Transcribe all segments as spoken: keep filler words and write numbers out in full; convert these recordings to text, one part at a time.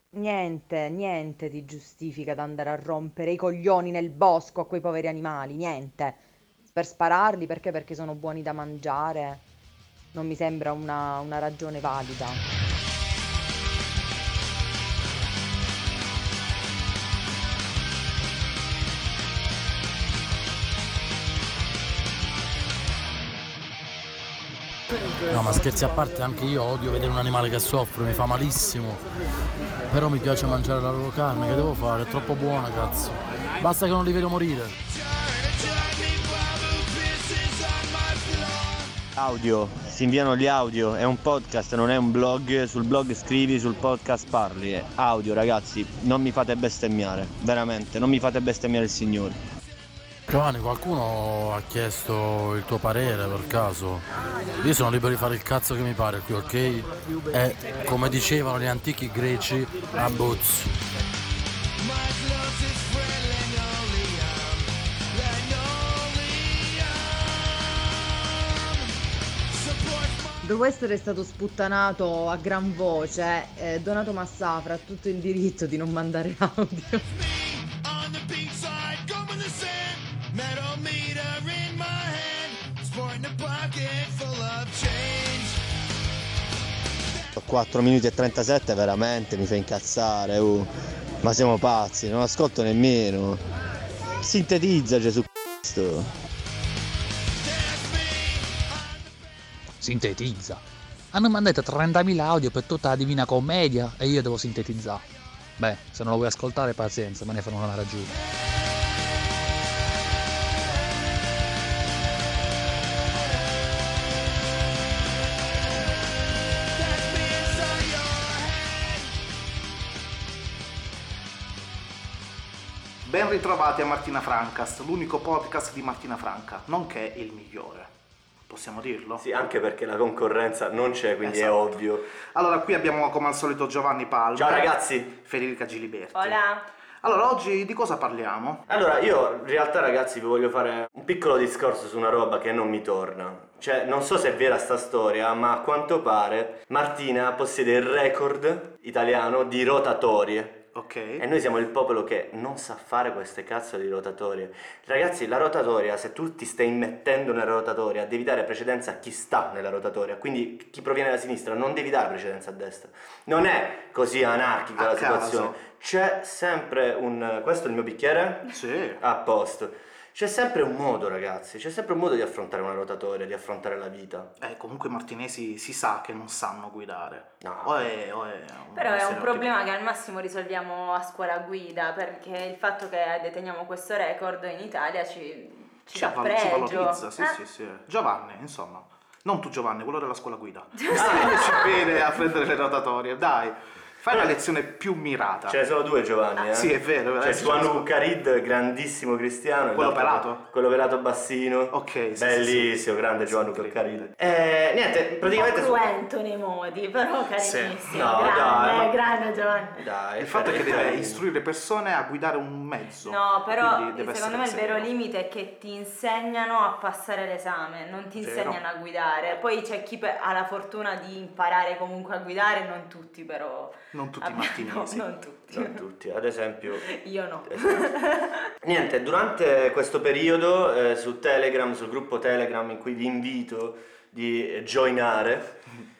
Niente, niente ti giustifica ad andare a rompere i coglioni nel bosco a quei poveri animali, niente. Per spararli perché? Perché sono buoni da mangiare. Non mi sembra una, una ragione valida. No, ma scherzi a parte, anche io odio vedere un animale che soffre, mi fa malissimo. Però mi piace mangiare la loro carne, che devo fare? È troppo buona, cazzo. Basta che non li vedo morire. Audio, si inviano gli audio, è un podcast, non è un blog, sul blog scrivi, sul podcast parli, è audio ragazzi, non mi fate bestemmiare, veramente, non mi fate bestemmiare il Signore. Giovanni, qualcuno ha chiesto il tuo parere per caso? Io sono libero di fare il cazzo che mi pare qui, ok? E come dicevano gli antichi greci, abbuz. Dopo essere stato sputtanato a gran voce, eh, Donato Massafra ha tutto il diritto di non mandare audio. quattro minuti e trentasette veramente mi fa incazzare, uh. Ma siamo pazzi, non ascolto nemmeno. Sintetizza Gesù Cristo. Sintetizza. Hanno mandato trentamila audio per tutta la Divina Commedia e io devo sintetizzare. Beh, se non lo vuoi ascoltare pazienza, me ne fanno una ragione. Ben ritrovati a Martina Francast, l'unico podcast di Martina Franca, nonché il migliore. Possiamo dirlo? Sì, anche perché la concorrenza non c'è, quindi Esatto. È ovvio. Allora, qui abbiamo come al solito Giovanni Palma. Ciao ragazzi! Federica Giliberti. Hola! Allora, oggi di cosa parliamo? Allora, io in realtà ragazzi vi voglio fare un piccolo discorso su una roba che non mi torna. Cioè, non so se è vera sta storia, ma a quanto pare Martina possiede il record italiano di rotatorie. Ok. E noi siamo il popolo che non sa fare queste cazzo di rotatorie. Ragazzi, la rotatoria, se tu ti stai immettendo nella rotatoria, devi dare precedenza a chi sta nella rotatoria. Quindi chi proviene da sinistra non devi dare precedenza a destra. Non è così anarchica A la situazione. caso. C'è sempre un... Questo è il mio bicchiere? Sì. A posto. C'è sempre un modo, ragazzi, c'è sempre un modo di affrontare una rotatoria, di affrontare la vita. Eh, comunque i martinesi si sa che non sanno guidare. No. O è, o è un Però è un stereotipo. problema che al massimo risolviamo a scuola guida, perché il fatto che deteniamo questo record in Italia ci, ci, Ci, dà avval- pregio. ci valorizza, sì, Eh? sì, sì. Giovanni, insomma. Non tu Giovanni, quello della scuola guida. Spingici bene a prendere le rotatorie, dai. Fai una lezione più mirata. Ce ne sono due Giovanni, eh? Sì, è vero. C'è adesso Suanu ce ne Bucarid, grandissimo cristiano. Quello e l'altro- pelato? Quello pelato bassino. Ok, sì, sì, Bellissimo, sì. grande Sì, Suanu incredibile. Bucarid. Eh, niente, Un po' praticamente... su- cruento nei modi, però carinissimo. Sì. No, grande, dai, ma- grande Giovanni. Dai, Il fatto è che deve carino. istruire le persone a guidare un mezzo. No, però quindi deve secondo me il essere vero severo. limite è che ti insegnano a passare l'esame, non ti Vero. insegnano a guidare. Poi c'è chi pe- ha la fortuna di imparare comunque a guidare, non tutti però. Non tutti i Abbiamo- martinesi. No, non tutti. Non tutti, ad esempio... Io no. Niente, durante questo periodo eh, su Telegram, sul gruppo Telegram in cui vi invito di joinare,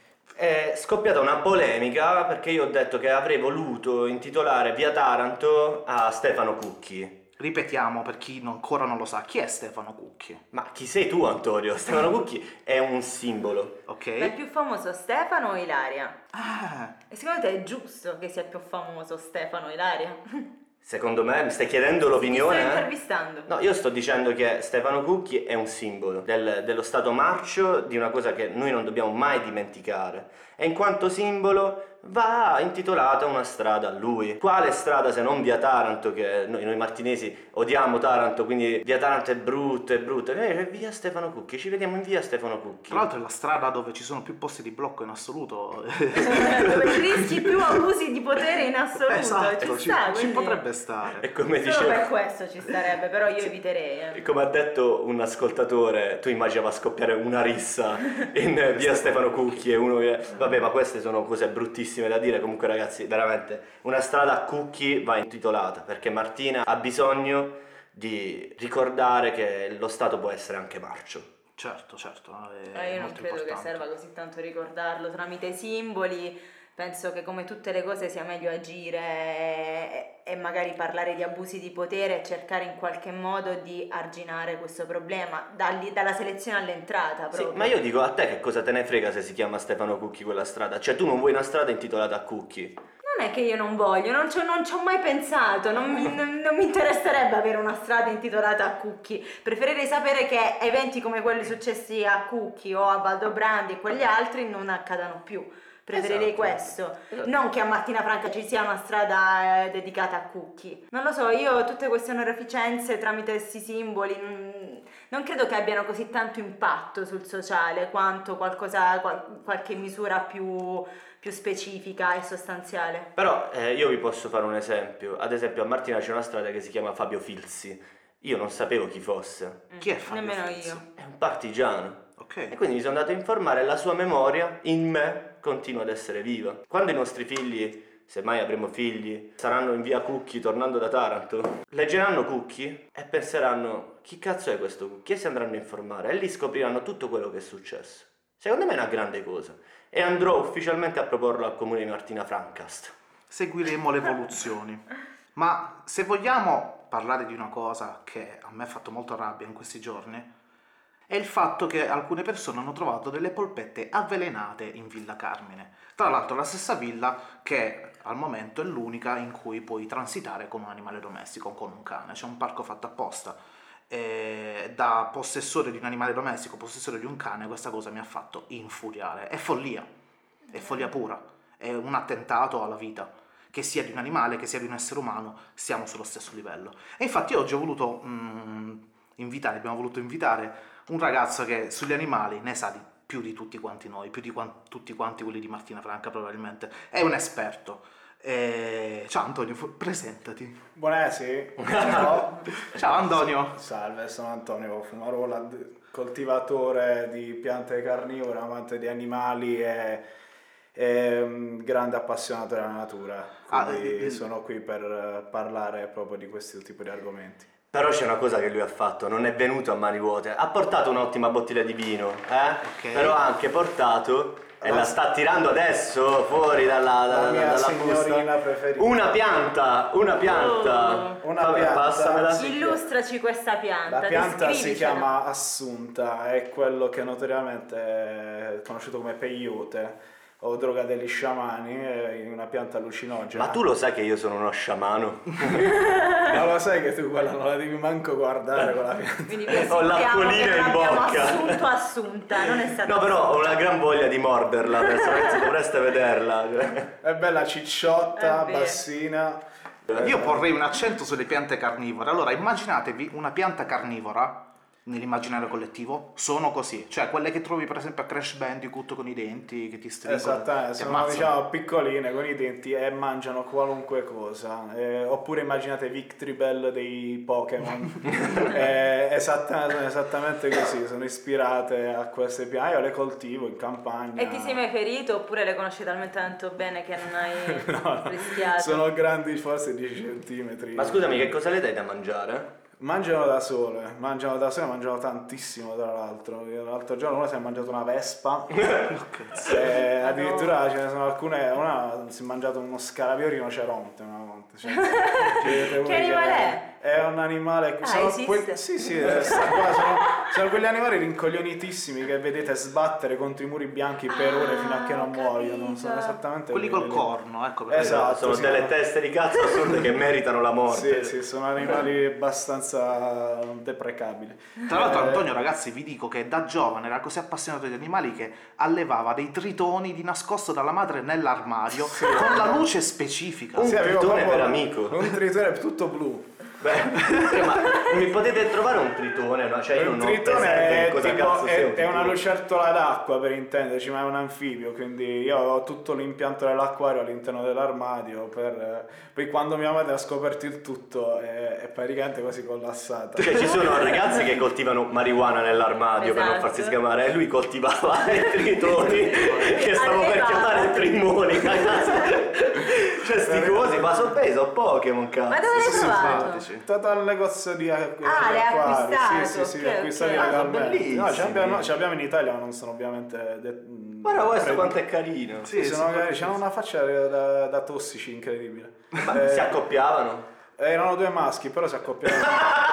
è scoppiata una polemica perché io ho detto che avrei voluto intitolare Via Taranto a Stefano Cucchi. Ripetiamo per chi non- ancora non lo sa, chi è Stefano Cucchi? Ma chi sei tu, Antonio? Stefano Cucchi è un simbolo. Ok? Ma è più famoso Stefano o Ilaria? Ah, E secondo te è giusto che sia più famoso Stefano o Ilaria? Secondo me, mi stai chiedendo Ti l'opinione? sto eh? intervistando. No, io sto dicendo che Stefano Cucchi è un simbolo del- dello stato marcio, di una cosa che noi non dobbiamo mai dimenticare. E in quanto simbolo va intitolata una strada a lui. Quale strada se non Via Taranto, che noi, noi martinesi odiamo Taranto, quindi Via Taranto è brutto, è brutto. E noi, Via Stefano Cucchi, ci vediamo in Via Stefano Cucchi. tra l'altro è la strada dove ci sono più posti di blocco in assoluto. Dove rischi più abusi di potere in assoluto. Esatto, ci ci, sta, ci quindi- potrebbe lasciare stare. E come Solo dicevo, per questo ci starebbe, però io eviterei. e eh. come ha detto un ascoltatore, tu immaginava scoppiare una rissa in via Stefano Cucchi e uno che... Vabbè, ma queste sono cose bruttissime da dire. Comunque ragazzi, veramente, una strada a Cucchi va intitolata, perché Martina ha bisogno di ricordare che lo Stato può essere anche marcio. Certo, certo. È Eh, io non molto credo che importante. serva così tanto ricordarlo tramite i simboli. Penso che come tutte le cose sia meglio agire e, e magari parlare di abusi di potere e cercare in qualche modo di arginare questo problema, dalli- dalla selezione all'entrata Sì, proprio. ma io dico, a te che cosa te ne frega se si chiama Stefano Cucchi quella strada? Cioè tu non vuoi una strada intitolata a Cucchi? Non è che io non voglio, non ci ho, non ci ho mai pensato, non mi, non- non mi interesserebbe avere una strada intitolata a Cucchi. Preferirei sapere che eventi come quelli successi a Cucchi o a Valdobbrandi e quegli altri non accadano più. Preferirei Esatto. questo, Esatto. non che a Martina Franca ci sia una strada eh, dedicata a Cucchi. Non lo so, io tutte queste onorificenze tramite questi simboli non, non credo che abbiano così tanto impatto sul sociale quanto qualcosa, qual- qualche misura più, più specifica e sostanziale. Però eh, io vi posso fare un esempio. Ad esempio a Martina c'è una strada che si chiama Fabio Filzi. Io non sapevo chi fosse. Chi è Fabio Nemmeno Filzi? io. È un partigiano. Ok. E quindi mi sono andato a informare e la sua memoria in me continua ad essere viva. Quando i nostri figli, se mai avremo figli, saranno in via Cucchi tornando da Taranto, leggeranno Cucchi e penseranno chi cazzo è questo Cucchi? E si andranno a informare e lì scopriranno tutto quello che è successo. Secondo me è una grande cosa e andrò ufficialmente a proporlo al comune di Martina Francast. Seguiremo le evoluzioni. Ma se vogliamo parlare di una cosa che a me ha fatto molto rabbia in questi giorni, è il fatto che alcune persone hanno trovato delle polpette avvelenate in Villa Carmine. Tra l'altro la stessa villa che al momento è l'unica in cui puoi transitare con un animale domestico, con un cane. C'è un parco fatto apposta. E da possessore di un animale domestico, possessore di un cane, questa cosa mi ha fatto infuriare. È follia, è follia pura, è un attentato alla vita. Che sia di un animale, che sia di un essere umano, siamo sullo stesso livello. E infatti oggi ho voluto mm, invitare, abbiamo voluto invitare un ragazzo che sugli animali ne sa di più di tutti quanti noi, più di quan- tutti quanti quelli di Martina Franca probabilmente. È un esperto. E... Ciao Antonio, fu- presentati. Buonasera, ciao. Ciao Antonio. Salve, sono Antonio Fumarola, d- coltivatore di piante carnivore, amante di animali e, e um, grande appassionato della natura. Quindi Ah, eh, sono qui per eh, parlare proprio di questo tipo di argomenti. Però c'è una cosa che lui ha fatto, non è venuto a mani vuote, ha portato un'ottima bottiglia di vino, eh? Ok. Però ha anche portato, e la sta tirando adesso fuori dalla, La dalla, mia dalla signorina busta, preferita. una pianta, una pianta, Oh, una Vabbè, pianta. passamela. Sì. Illustraci questa pianta. La pianta si descrivicela. chiama Assunta, è quello che notoriamente è conosciuto come peyote o droga degli sciamani, è una pianta allucinogena. Ma tu lo sai che io sono uno sciamano? Ma lo sai che tu quella non la devi manco guardare quella pianta. Quindi vi Ho assicuriamo l'acquolina che non in abbiamo bocca. assunto assunta, non è stata No, però ho assunta. una gran voglia di morderla, adesso ragazzi, dovreste vederla. È bella cicciotta, È vero. bassina. Io porrei un accento sulle piante carnivore. Allora, immaginatevi una pianta carnivora nell'immaginario collettivo, sono così, cioè quelle che trovi per esempio a Crash Bandicoot con i denti che ti stringono, Esattamente, ti sono ammazzano. diciamo piccoline con i denti e mangiano qualunque cosa. Eh, oppure immaginate Victreebel dei Pokémon. Eh, esatta- sono esattamente così, sono ispirate a queste piante. Io le coltivo in campagna. E ti sei mai ferito oppure le conosci talmente tanto bene che non hai No, rischiato? sono grandi forse dieci centimetri. Ma scusami, che cosa le dai da mangiare? Mangiano da sole, mangiano da sole, mangiano tantissimo tra l'altro. Io l'altro giorno uno si è mangiato una vespa e addirittura ce ne sono alcune, una si è mangiato uno scalabio rinoceronte una volta. Cioè, Che animale è? È un animale... Ah, sono esiste? quel- sì, sì, eh, sta qua, sono, sono quegli animali rincoglionitissimi che vedete sbattere contro i muri bianchi per ore fino a che non ho muoiono. capito. Sono esattamente Quelli col quelli. corno, ecco perché. Esatto. Sono sì, delle no. teste di cazzo assurde che meritano la morte. Sì, sì, sono animali abbastanza deprecabili. Tra l'altro Eh, Antonio, ragazzi, vi dico che da giovane era così appassionato di animali che allevava dei tritoni di nascosto dalla madre nell'armadio con la luce specifica. Un Sì, avevo tritone proprio per amico. Un tritone tutto blu. Beh, cioè, ma mi potete trovare un tritone, no? Cioè io non Un ho tritone presente è, cosa tipo, cazzo sia è, un è una tritone. lucertola d'acqua, per intenderci, ma è un anfibio, quindi io ho tutto l'impianto dell'acquario all'interno dell'armadio, per, poi quando mia madre ha scoperto il tutto è, è praticamente quasi collassata. Cioè ci sono ragazzi che coltivano marijuana nell'armadio per non Esatto. farsi sgamare e lui coltivava i tritoni che stavo per Aveva. chiamare trimoni, ragazzi. Cioè sti cosi, ma sono bei, sono Pokémon, cazzo. Ma dove l'hai Sono trovato? simpatici. Stato al negozio di acqu- Ah, di l'hai acquari. acquistato, Sì, sì, sì, ok, acquistati ok. legalmente. Ah, No, ce bellissimi. l'abbiamo, ce l'abbiamo in Italia, ma non sono ovviamente... De- Guarda questo pre- quanto è carino. Sì, sono, c'hanno una faccia da, da tossici incredibile. Ma Eh, si accoppiavano? erano due maschi, però si accoppiavano.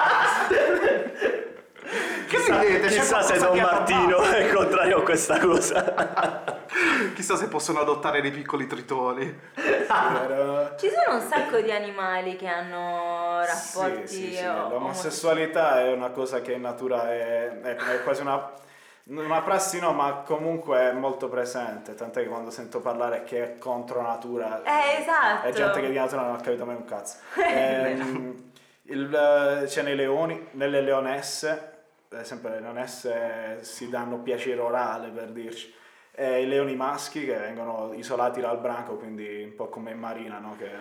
Che Chissà, vedete? C'è chissà se qualcosa Don che ha Martino è contrario a questa cosa. Chissà se possono adottare dei piccoli tritoni. Era- Ci sono un sacco di animali che hanno rapporti Sì, sì, sì. o- L'omosessualità è una cosa che in natura è, è, è quasi una, una prassi, no, ma comunque è molto presente. Tant'è che quando sento parlare che è contro natura, Eh, esatto. è gente che di natura non ha capito mai un cazzo. Ehm, il, c'è nei leoni, nelle leonesse, ad esempio le leonesse si danno piacere orale, per dirci. E i leoni maschi che vengono isolati dal branco, quindi un po' come in marina, no? Che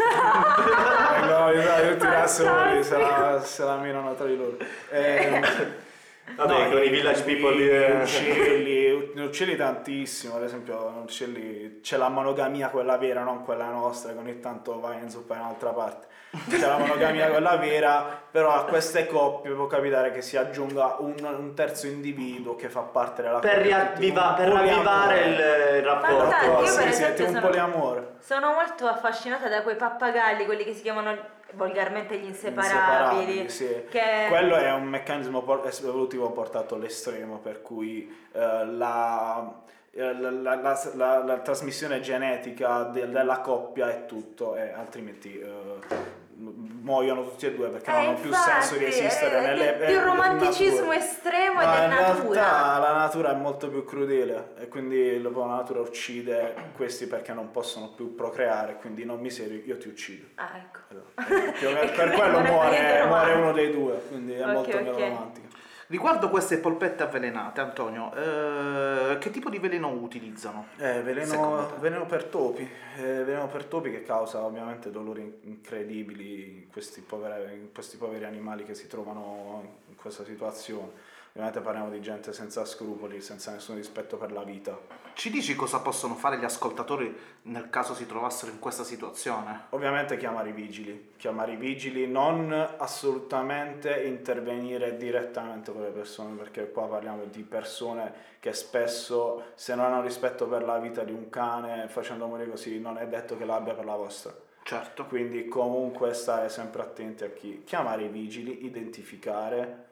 vengono isolati tutti da soli, se la, se la minano tra di loro. Ehm, Vabbè, con i village people lì, gli eh. uccelli, gli uccelli tantissimo, ad esempio gli uccelli, c'è la monogamia quella vera, non quella nostra, che ogni tanto vai in zuppa in un'altra parte. C'è la monogamia quella vera, però a queste coppie può capitare che si aggiunga un, un terzo individuo che fa parte della Per, coppia. riavviva- per Un ravvivare il, il rapporto. Fantastico. Io, per Sì, sì, è esempio, tipo un sono- poliamore. Sono molto affascinata da quei pappagalli, quelli che si chiamano volgarmente gli inseparabili. Inseparabili, sì. Che... Quello è un meccanismo por- evolutivo portato all'estremo, per cui eh, la, eh, la, la, la, la- la trasmissione genetica del- della coppia è tutto, e altrimenti eh, muoiono tutti e due perché Eh, non hanno più infatti, senso di esistere eh, nelle di- di un eh, romanticismo natura. estremo Ma ed è in natura. realtà la natura è molto più crudele e quindi la natura uccide questi perché non possono più procreare, quindi non mi seri, io ti uccido. Ah, ecco. Più o meno E per quindi quello non è muore, niente muore romantico. uno dei due, quindi è Ok, molto meno ok. romantico. Riguardo queste polpette avvelenate, Antonio, eh, che tipo di veleno utilizzano? Eh, Secondo veleno, te? veleno per topi, eh, veleno per topi che causa ovviamente dolori incredibili in questi, poveri, in questi poveri animali che si trovano in questa situazione. Ovviamente parliamo di gente senza scrupoli, senza nessun rispetto per la vita. Ci dici cosa possono fare gli ascoltatori nel caso si trovassero in questa situazione? Ovviamente chiamare i vigili, chiamare i vigili, non assolutamente intervenire direttamente con le persone, perché qua parliamo di persone che spesso, se non hanno rispetto per la vita di un cane, facendo morire così, non è detto che l'abbia per la vostra. Certo. Quindi comunque stare sempre attenti a chi, chiamare i vigili, identificare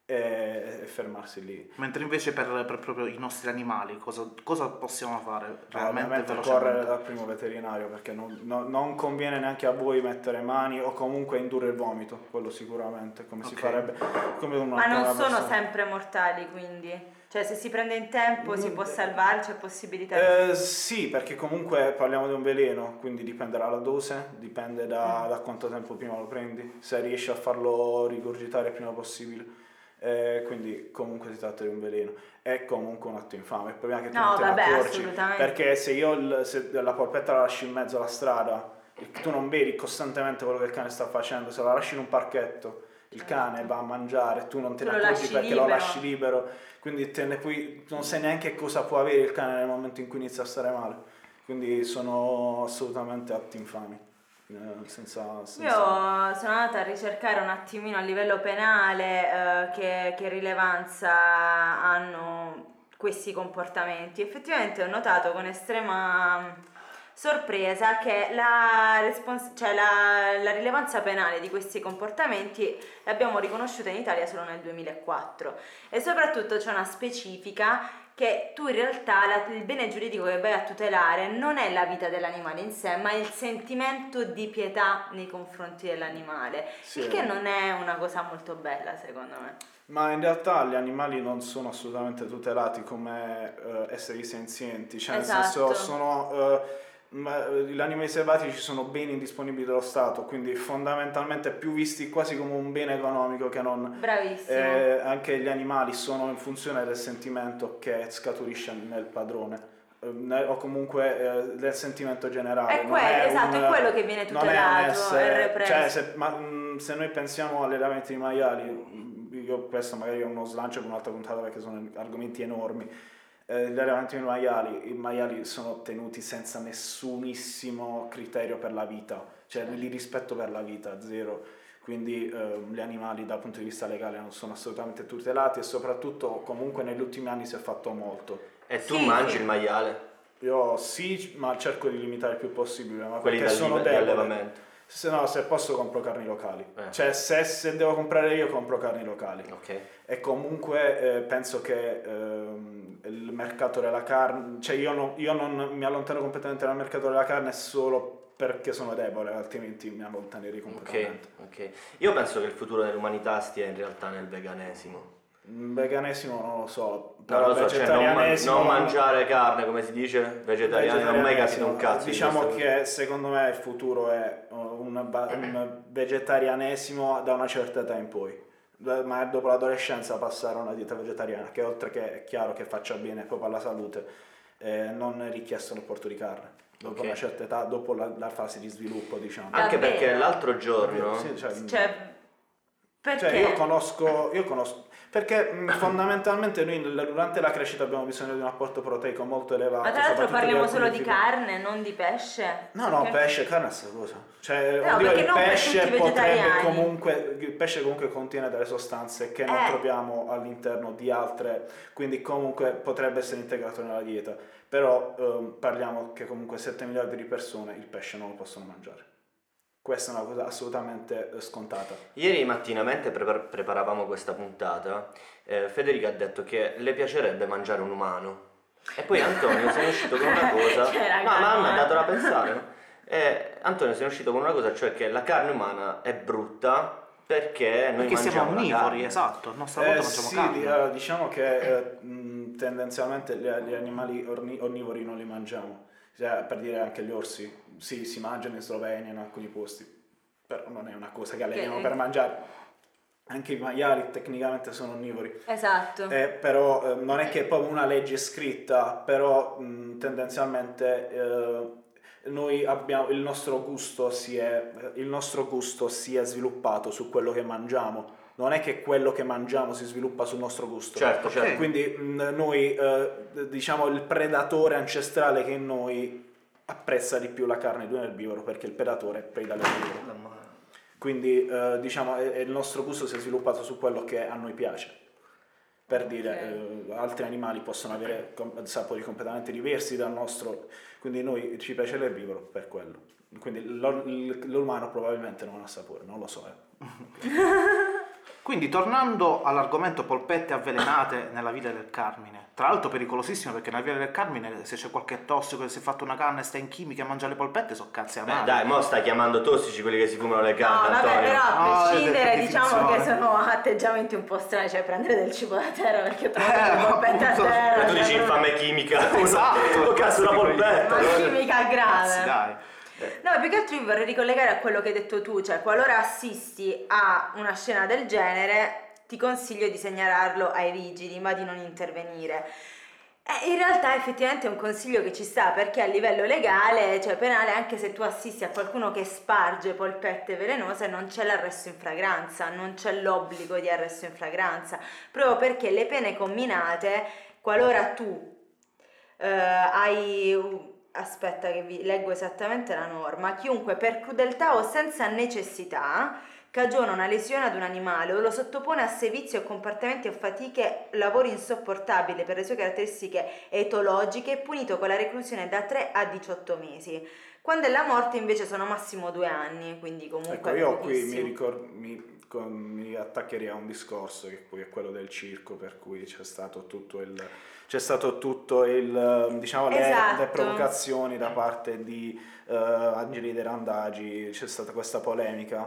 e, e fermarsi lì. Mentre invece per, per proprio i nostri animali, cosa, cosa possiamo fare realmente Ovviamente velocemente? correre dal primo veterinario, perché non, non- non conviene neanche a voi mettere mani o comunque indurre il vomito, quello sicuramente, come si Ok. farebbe come una Ma non una sono persona. sempre mortali, quindi. Cioè, se si prende in tempo si può salvare, c'è possibilità. Eh, sì, perché comunque parliamo di un veleno, quindi dipende dalla dose, dipende da, da quanto tempo prima lo prendi, se riesci a farlo rigurgitare il prima possibile. Eh, quindi comunque si tratta di un veleno. È comunque un atto infame. Il problema è che tu No, non te ne vabbè, accorgi, assolutamente. perché se io il- se la polpetta la lasci in mezzo alla strada, tu non vedi costantemente quello che il cane sta facendo. Se la lasci in un parchetto, il cane va a mangiare, tu non te Tu ne lo accorgi lasci perché lo libero. lasci libero, quindi te ne puoi, non sai neanche cosa può avere il cane nel momento in cui inizia a stare male. Quindi sono assolutamente atti infami. eh, senza, senza... Io sono andata a ricercare un attimino a livello penale eh, che, che rilevanza hanno questi comportamenti. Effettivamente ho notato con estrema sorpresa che la, respons- cioè la, la rilevanza penale di questi comportamenti l'abbiamo riconosciuta in Italia solo nel duemilaquattro e soprattutto c'è una specifica che tu in realtà la, il bene giuridico che vai a tutelare non è la vita dell'animale in sé, ma il sentimento di pietà nei confronti dell'animale, Sì. il che non è una cosa molto bella secondo me. Ma in realtà gli animali non sono assolutamente tutelati come eh, esseri senzienti, cioè Esatto. nel senso sono, eh, Ma gli animali selvatici sono beni disponibili dallo Stato, quindi fondamentalmente più visti quasi come un bene economico che non... Bravissimo. Eh, anche gli animali sono in funzione del sentimento che scaturisce nel padrone, eh, o comunque eh, del sentimento generale. È Non quello, è esatto, un- è quello che viene non è un tutelato essere- e represso. cioè, se, ma, mh, se noi pensiamo agli allevamenti di maiali, io questo magari è uno slancio per un'altra puntata perché sono argomenti enormi. Eh, gli allevamenti di maiali, i maiali sono tenuti senza nessunissimo criterio per la vita, cioè li rispetto per la vita, zero. Quindi eh, gli animali dal punto di vista legale non sono assolutamente tutelati e soprattutto comunque negli ultimi anni si è fatto molto. E tu Sì, mangi sì. il maiale? Io sì, ma cerco di limitare il più possibile, ma Quelli perché dal sono di debole. allevamento? Se no, se posso compro carni locali. Eh. Cioè se, se devo comprare io compro carni locali. Ok. E comunque eh, penso che ehm, il mercato della carne, cioè io, non, io non mi allontano completamente dal mercato della carne solo perché sono debole, altrimenti mi allontanerei Ok, completamente. ok. Io penso che il futuro dell'umanità stia in realtà nel veganesimo. Il veganesimo non lo so, No, però non lo so, cioè non, man- vegetarianesimo- non mangiare carne, come si dice? Vegetariano, non ho mai capito un cazzo. di Diciamo queste cose. che secondo me il futuro è uh, un, ba- un vegetarianesimo da una certa età in poi. Da- Ma dopo l'adolescenza passare a una dieta vegetariana, che oltre che è chiaro che faccia bene proprio alla salute, eh, non è richiesto un apporto di carne. Dopo Ok. una certa età, dopo la, la fase di sviluppo, diciamo. Anche Davvero? perché l'altro giorno... Sì, cioè, Cioè, perché? cioè, io conosco, io conosco perché mh, fondamentalmente noi l- durante la crescita abbiamo bisogno di un apporto proteico molto elevato. Ma tra l'altro soprattutto parliamo di solo alcuni di tipi- carne, non di pesce. No, no, Perché- pesce e carne è la stessa cosa. Cioè, No, oddio, perché il non per pesce tutti i potrebbe vegetariani. comunque, il pesce comunque contiene delle sostanze che non Eh. troviamo all'interno di altre, quindi comunque potrebbe essere integrato nella dieta. Però ehm, parliamo che comunque sette miliardi di persone il pesce non lo possono mangiare. Questa è una cosa assolutamente eh, scontata. Ieri mattina, mentre prepar- preparavamo questa puntata, eh, Federica ha detto che le piacerebbe mangiare un umano. E poi Antonio se ne è uscito con una cosa... Cioè, raga, Ma mamma no, ha eh. dato da pensare, no? E Antonio se ne è uscito con una cosa, cioè che la carne umana è brutta perché noi Perché siamo mangiamo la onnivori, carne. esatto, a nostra Eh, volta mangiamo sì, carne. di- eh, diciamo che eh, mh, tendenzialmente gli, gli animali orni- onnivori non li mangiamo. Cioè, per dire anche gli orsi, sì, si mangiano in Slovenia in alcuni posti, però non è una cosa che alleniamo Che- per mangiare. Anche i maiali tecnicamente sono onnivori. Esatto. Eh, però eh, non è che è proprio una legge scritta, però mh, tendenzialmente eh, noi abbiamo il nostro gusto si è il nostro gusto si è sviluppato su quello che mangiamo. Non è che quello che mangiamo si sviluppa sul nostro gusto. Certo, certo. Quindi mh, noi eh, diciamo il predatore ancestrale che in noi apprezza di più la carne di un erbivoro perché il predatore preda l'erbivoro. Quindi eh, diciamo eh, il nostro gusto si è sviluppato su quello che a noi piace. Per dire, eh, altri animali possono avere com- sapori completamente diversi dal nostro, quindi noi ci piace l'erbivoro per quello. Quindi l'o- l- l'umano probabilmente non ha sapore, non lo so. Eh. Quindi tornando all'argomento polpette avvelenate nella Villa del Carmine, tra l'altro pericolosissimo perché nella Villa del Carmine se c'è qualche tossico che si è fatto una canna e sta in chimica e mangia le polpette sono cazzi Beh, amari. dai, mo stai chiamando tossici quelli che si fumano le No, canne, vabbè, Antonio. però a No, è prescindere per diciamo definizione. che sono atteggiamenti un po' strani, cioè prendere del cibo da terra perché trovo Eh, le polpette a appunto. terra. E tu cioè, dici proprio- infame chimica. Esatto. Oh cazzo, una polpetta. Ma chimica grave. Cazzi, dai. No, più che altro io vorrei ricollegare a quello che hai detto tu, cioè qualora assisti a una scena del genere ti consiglio di segnalarlo ai vigili ma di non intervenire. Eh, in realtà effettivamente è un consiglio che ci sta perché a livello legale, cioè penale, anche se tu assisti a qualcuno che sparge polpette velenose non c'è l'arresto in flagranza, non c'è l'obbligo di arresto in flagranza, proprio perché le pene comminate, qualora tu eh, hai... Aspetta che vi leggo esattamente la norma. Chiunque per crudeltà o senza necessità cagiona una lesione ad un animale o lo sottopone a servizi o comportamenti o fatiche, lavori insopportabili per le sue caratteristiche etologiche, è punito con la reclusione da tre a diciotto mesi. Quando è la morte invece sono massimo due anni, quindi comunque Ecco, io qui mi, pochissimo. ricor- mi, con- mi attaccherei a un discorso che poi è quello del circo, per cui c'è stato tutto il c'è stato tutto il diciamo le, Esatto. le provocazioni da parte di uh, Angeli De Randagi, c'è stata questa polemica.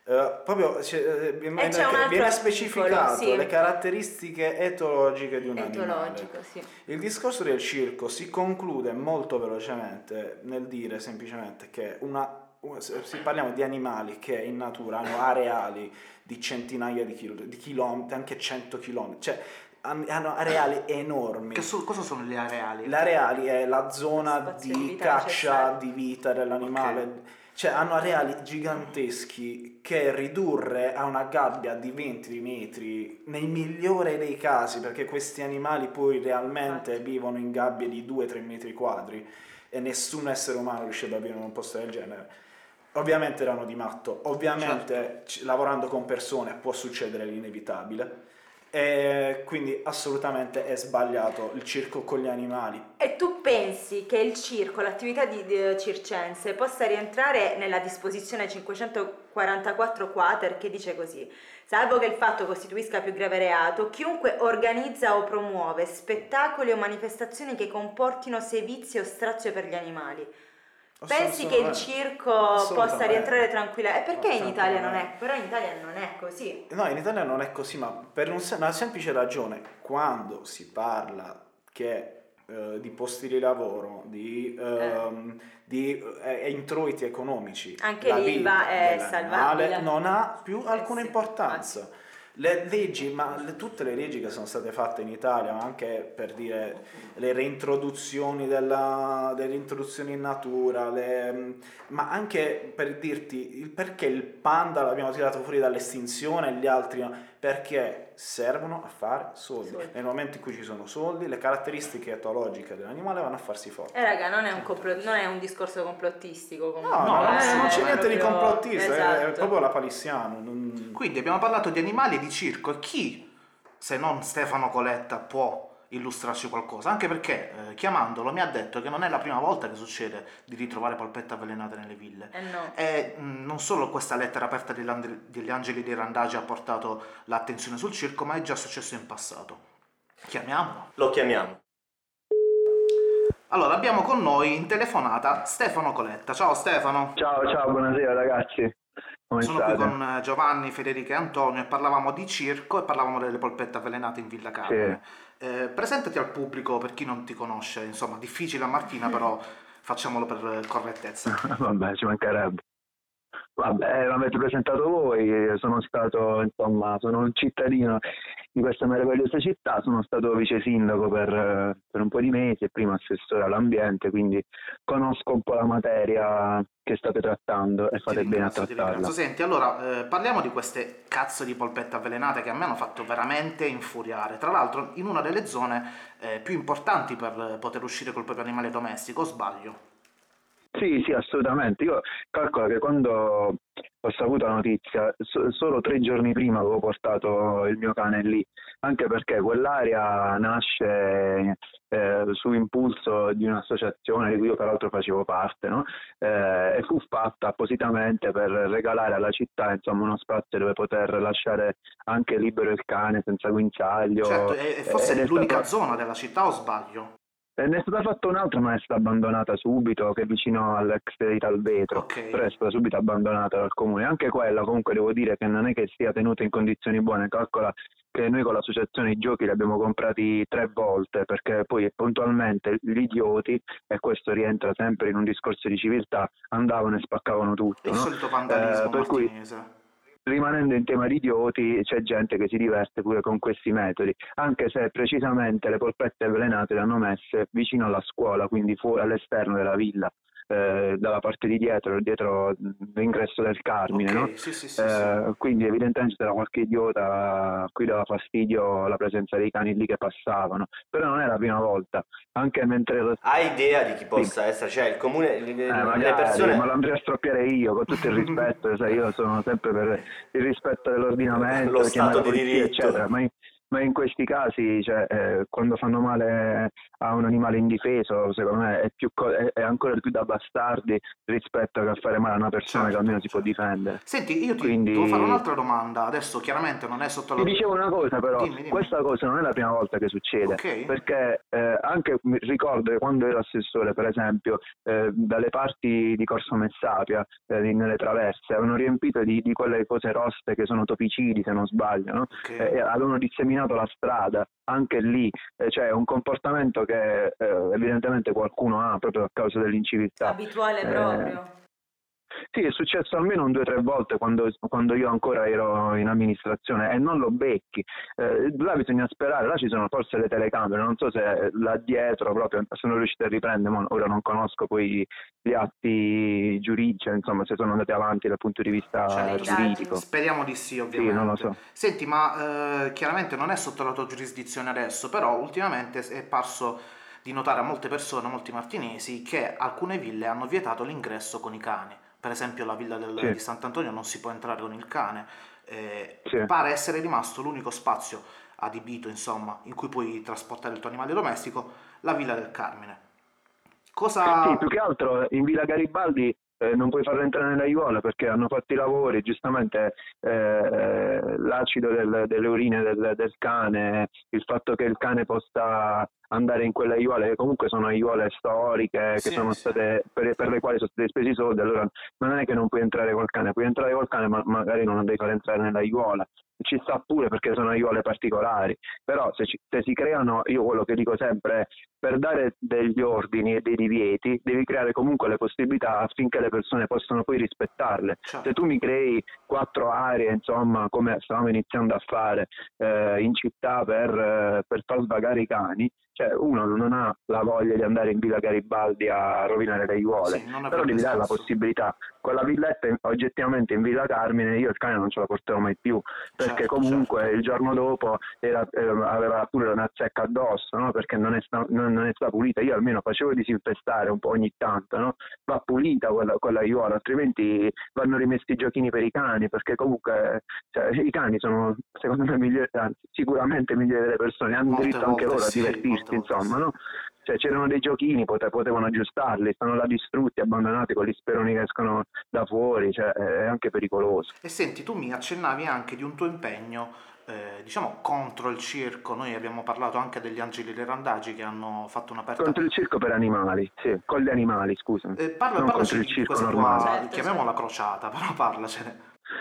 Uh, proprio cioè, uh, viene, c'è un altro viene articolo, specificato sì. le caratteristiche etologiche di un Etologico, animale. sì. Il discorso del circo si conclude molto velocemente nel dire semplicemente che una se parliamo di animali che in natura hanno areali di centinaia di, chilo, di chilometri, anche cento chilometri, cioè hanno areali enormi. Che so, cosa sono gli areali? Le areali è la zona Spazio di, di vita caccia, necessario. di vita dell'animale. Ok. Cioè hanno areali giganteschi che ridurre a una gabbia di venti metri nel migliore dei casi, perché questi animali poi realmente vivono in gabbie di due tre metri quadri e nessun essere umano riesce a vivere in un posto del genere. Ovviamente erano di matto, ovviamente c- lavorando con persone può succedere l'inevitabile. E quindi assolutamente è sbagliato il circo con gli animali. E tu pensi che il circo, l'attività di, di circense, possa rientrare nella disposizione cinquecentoquarantaquattro quater che dice così: salvo che il fatto costituisca più grave reato, chiunque organizza o promuove spettacoli o manifestazioni che comportino sevizie o strazio per gli animali. Pensi che il circo possa rientrare tranquillamente? E perché in Italia non è? Però in Italia non è così. No, in Italia non è così, ma per un, una semplice ragione: quando si parla che, eh, di posti di lavoro, di, ehm, di eh, introiti economici, Anche la l'I V A vita è dell'animale salvabile. non ha più Eh alcuna sì, importanza. Le leggi, ma le, tutte le leggi che sono state fatte in Italia, ma anche per dire le reintroduzioni della, delle reintroduzioni in natura, le, ma anche per dirti il perché il panda l'abbiamo tirato fuori dall'estinzione e gli altri no, perché servono a fare soldi. Soldi. Nel momento in cui ci sono soldi, le caratteristiche etologiche dell'animale vanno a farsi forti. Eh raga, non è un, complo- non è un discorso complottistico comunque. No, no, non, è- non c'è è niente di proprio- complottista, è- è, esatto. proprio la palissiano. non- Quindi abbiamo parlato di animali e di circo, e chi, se non Stefano Coletta, può illustrarci qualcosa? Anche perché, eh, chiamandolo, mi ha detto che non è la prima volta che succede di ritrovare polpette avvelenate nelle ville. Eh no. E mh, non solo questa lettera aperta degli, and- degli angeli dei randagi ha portato l'attenzione sul circo, ma è già successo in passato. Chiamiamolo. Lo chiamiamo. Allora, abbiamo con noi in telefonata Stefano Coletta. Ciao Stefano. Ciao, ciao, buonasera ragazzi. Come Sono state? qui con eh, Giovanni, Federica e Antonio e parlavamo di circo e parlavamo delle polpette avvelenate in Villa Carmine. Eh, presentati al pubblico per chi non ti conosce, insomma, difficile a Martina, però facciamolo per eh, correttezza. Vabbè, ci mancherebbe. Vabbè, l'avete presentato voi, sono stato, insomma, sono un cittadino di questa meravigliosa città, sono stato vice sindaco per, per un po' di mesi e prima assessore all'ambiente, quindi conosco un po' la materia che state trattando e fate Ti bene a ringrazio, ti trattarla. ringrazio. Senti, allora, eh, parliamo di queste cazzo di polpette avvelenate che a me hanno fatto veramente infuriare. Tra l'altro, in una delle zone eh, più importanti per poter uscire col proprio animale domestico, o sbaglio? Sì, sì, assolutamente. Io calcolo che quando ho saputo la notizia, so- solo tre giorni prima avevo portato il mio cane lì, anche perché quell'area nasce eh, su impulso di un'associazione di cui io peraltro facevo parte, no? Eh, e fu fatta appositamente per regalare alla città, insomma, uno spazio dove poter lasciare anche libero il cane senza guinzaglio. Certo, e e forse Ed è è l'unica stato- zona della città, o sbaglio? E ne è stata fatta un'altra, ma è stata abbandonata subito, che è vicino all'ex Italvetro, Ok. però è stata subito abbandonata dal comune. Anche quella comunque devo dire che non è che sia tenuta in condizioni buone, calcola che noi con l'associazione i giochi li abbiamo comprati tre volte, perché poi puntualmente gli idioti, e questo rientra sempre in un discorso di civiltà, andavano e spaccavano tutto. Il no? solito vandalismo Eh, per cui, martinese. rimanendo in tema di idioti, c'è gente che si diverte pure con questi metodi, anche se precisamente le polpette avvelenate le hanno messe vicino alla scuola, quindi fuori all'esterno della villa, eh, dalla parte di dietro, dietro l'ingresso del Carmine, Ok, no? sì, sì, sì, Eh, sì. quindi evidentemente c'era qualche idiota a cui dava fastidio la presenza dei cani lì che passavano, però non è la prima volta, anche mentre... Hai idea di chi possa essere? Cioè, il comune, le, Eh, le magari, persone... ma lo andrei a stroppiare io, con tutto il rispetto, sai, io sono sempre per il rispetto dell'ordinamento, Lo chiamare Stato la di polizia, diritto. eccetera, ma, ma in questi casi, cioè, eh, quando fanno male a un animale indifeso, secondo me è, più co- è, è ancora più da bastardi rispetto a fare male a una persona Certo, che almeno si certo. può difendere. Senti, io ti Quindi devo fare un'altra domanda, adesso chiaramente non è sotto la... ti dicevo una cosa però, Dimmi, dimmi. questa cosa non è la prima volta che succede, Ok. perché eh, anche mi ricordo che quando ero assessore, per esempio, eh, dalle parti di Corso Messapia, eh, di- nelle traverse, avevano riempito di, di quelle cose rosse che sono topicidi, se non sbaglio, no? Ok. Eh, avevano disseminato la strada, anche lì, eh, cioè è un comportamento che eh, evidentemente qualcuno ha proprio a causa dell'inciviltà. Abituale Eh, proprio. Sì, è successo almeno un due o tre volte quando, quando io ancora ero in amministrazione e non lo becchi. Eh, là bisogna sperare, là ci sono forse le telecamere, non so se là dietro proprio sono riusciti a riprendere, ma ora non conosco poi gli atti giuridici, insomma, se sono andati avanti dal punto di vista Certo, giuridico. speriamo di sì, Sì, ovviamente. non lo so. Senti, ma eh, chiaramente non è sotto la tua giurisdizione adesso, però ultimamente è parso di notare a molte persone, a molti martinesi, che alcune ville hanno vietato l'ingresso con i cani. Per esempio la villa del- Sì. di Sant'Antonio non si può entrare con il cane. Eh, Sì. Pare essere rimasto l'unico spazio adibito, insomma, in cui puoi trasportare il tuo animale domestico, la Villa del Carmine. Cosa... Sì, più che altro in Villa Garibaldi eh, non puoi farlo entrare nelle aiuole perché hanno fatto i lavori, giustamente eh, l'acido del- delle urine del, del cane, il fatto che il cane possa andare in quelle aiuole, che comunque sono aiuole storiche, Sì, che sono sì. state, per, per le quali sono stati spesi i soldi, allora non è che non puoi entrare col cane, puoi entrare col cane ma magari non lo devi far entrare nell'aiuola. Ci sta pure perché sono aiuole particolari, però se, ci- se si creano, io quello che dico sempre è, per dare degli ordini e dei divieti devi creare comunque le possibilità affinché le persone possano poi rispettarle. Certo. Se tu mi crei quattro aree, insomma, come stavamo iniziando a fare eh, in città per, eh, per far svagare i cani, cioè uno non ha la voglia di andare in Villa Garibaldi a rovinare le aiuole, Sì, non però avrebbe devi dare la senso. possibilità. Quella villetta in- oggettivamente in Villa Carmine io il cane non ce la porterò mai più, perché Certo, comunque certo. il giorno dopo era, eh, aveva pure una zecca addosso, no? Perché non è, sta, non, non è stata pulita. Io almeno facevo disinfestare un po' ogni tanto, no? Va pulita quella, quella aiuola, altrimenti vanno rimessi i giochini per i cani, perché comunque cioè, i cani sono secondo me migliori, anzi, sicuramente migliori delle persone, hanno Molte diritto anche volte loro a sì, divertirsi, molte volte insomma, sì. no? Cioè c'erano dei giochini, pote- potevano aggiustarli, stanno là distrutti, abbandonati con gli speroni che escono da fuori, cioè è anche pericoloso. E senti, tu mi accennavi anche di un tuo impegno, eh, diciamo, contro il circo. Noi abbiamo parlato anche degli Angeli dei Randagi che hanno fatto un'aperta... Contro il circo per animali, sì, con gli animali, scusami. Eh, parla, Non parlaci contro il di, di circo questa normale. tua, Certo, chiamiamola certo. crociata, però parlacene.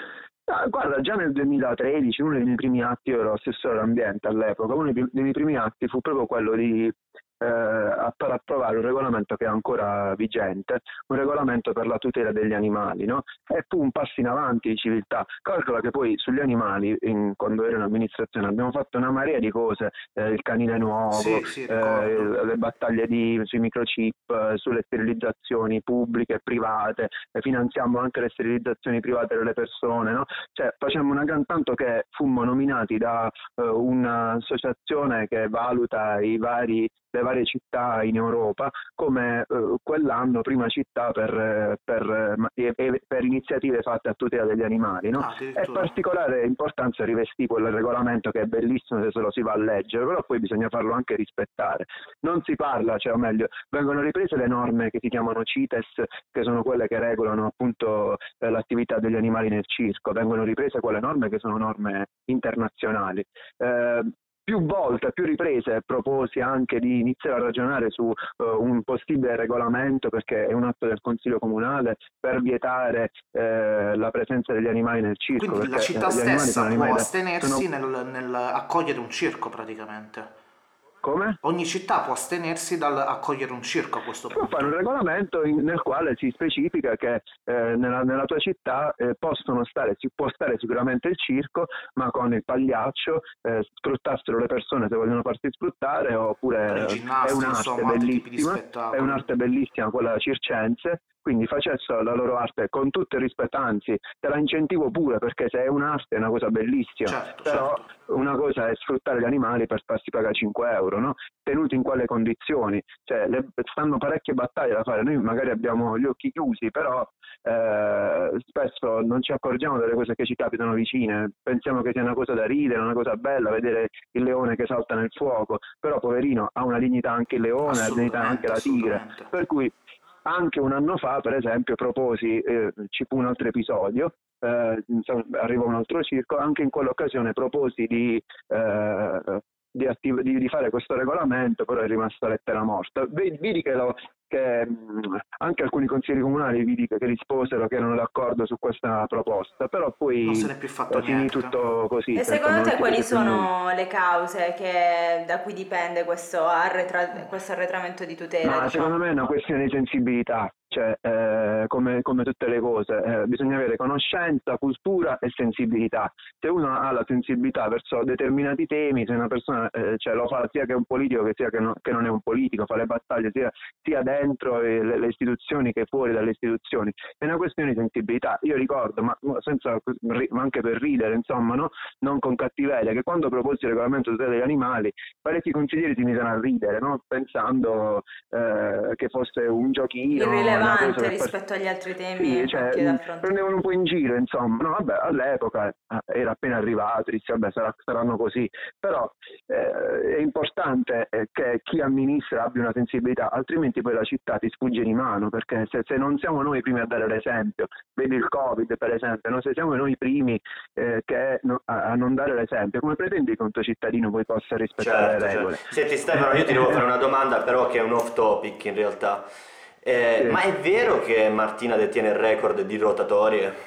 Ah, guarda, già nel duemilatredici uno dei miei primi atti, io ero assessore all'ambiente all'epoca, uno dei, dei miei primi atti fu proprio quello di eh, a far approvare un regolamento che è ancora vigente, un regolamento per la tutela degli animali, no? E fu un passo in avanti di civiltà. Calcola che poi sugli animali, in- quando ero in amministrazione, abbiamo fatto una marea di cose, eh, il canile nuovo, Sì, sì, eh, ricordo. le battaglie di- sui microchip, eh, sulle sterilizzazioni pubbliche e private, eh, finanziamo anche le sterilizzazioni private delle persone, no? Cioè facemmo una gran tanto che fummo nominati da eh, un'associazione che valuta i vari, le varie città in Europa come eh, quell'anno prima città per, eh, per, eh, e- per iniziative fatte a tutela degli animali, no? Ah, E addirittura. particolare importanza rivestì quel regolamento che è bellissimo se se lo si va a leggere, però poi bisogna farlo anche rispettare. Non si parla, cioè o meglio, vengono riprese le norme che si chiamano CITES, che sono quelle che regolano appunto eh, l'attività degli animali nel circo, vengono riprese quelle norme che sono norme internazionali. Eh, più volte, a più riprese proposi anche di iniziare a ragionare su eh, un possibile regolamento, perché è un atto del Consiglio Comunale, per vietare eh, la presenza degli animali nel circo. Quindi la perché, città eh, gli animali stessa sono può animali da- astenersi sono- nel, nel accogliere un circo praticamente. Come? Ogni città può astenersi dal accogliere un circo a questo Può fare un punto. regolamento in- nel quale si specifica che eh, nella, nella tua città eh, possono stare, si può stare sicuramente il circo, ma con il pagliaccio, eh, sfruttassero le persone se vogliono farsi sfruttare, oppure Per i eh, è ginnasti, un'arte insomma, altri tipi di bellissima, è spettacoli. un'arte bellissima quella circense, quindi facessero la loro arte con tutto il rispetto, anzi te la incentivo pure perché se è un'arte è una cosa bellissima, Certo, però certo. una cosa è sfruttare gli animali per farsi pagare cinque euro, loro, no? Tenuti in quale condizioni? Cioè, le, stanno parecchie battaglie da fare, noi magari abbiamo gli occhi chiusi, però eh, spesso non ci accorgiamo delle cose che ci capitano vicine, pensiamo che sia una cosa da ridere, una cosa bella vedere il leone che salta nel fuoco, però poverino ha una dignità anche il leone, ha una dignità anche la tigre, per cui anche un anno fa, per esempio, proposi, eh, ci fu un altro episodio, eh, arrivò un altro circo, anche in quell'occasione proposi di, eh, di, attiv- di, di fare questo regolamento, però è rimasta lettera morta. Vedi che, lo, che mh, anche alcuni consiglieri comunali vidi che, che risposero che erano d'accordo su questa proposta, però poi non se n'è più fatto finì tutto così. E secondo te quali sono le cause che, da cui dipende questo, arretra- questo arretramento di tutela? Ma diciamo? Secondo me è una questione di sensibilità, cioè eh, come, come tutte le cose, eh, bisogna avere conoscenza, cultura e sensibilità. Se uno ha la sensibilità verso determinati temi, se una persona eh, cioè, lo fa sia che è un politico che sia che, no, che non è un politico, fa le battaglie sia, sia dentro le, le istituzioni che fuori dalle istituzioni, è una questione di sensibilità. Io ricordo, ma, senza, ma anche per ridere, insomma, no? Non con cattiveria, che quando proposi il regolamento di tutela degli animali, parecchi consiglieri si misero a ridere, no? Pensando eh, che fosse un giochino irrilevante rispetto agli altri temi sì, cioè, da affrontare. Prendevano un po' in giro, insomma. No, vabbè, all'epoca era appena arrivato, disse vabbè sarà, saranno così, però eh, è importante che chi amministra abbia una sensibilità, altrimenti poi la città ti sfugge di mano, perché se, se non siamo noi i primi a dare l'esempio, vedi il Covid per esempio, no? Se siamo noi i primi eh, che no, a, a non dare l'esempio, come pretendi che un tuo cittadino poi possa rispettare certo, le regole? Certo. Senti Stefano, io ti devo fare una domanda però che è un off topic in realtà. Eh, sì. Ma è vero che Martina detiene il record di rotatorie?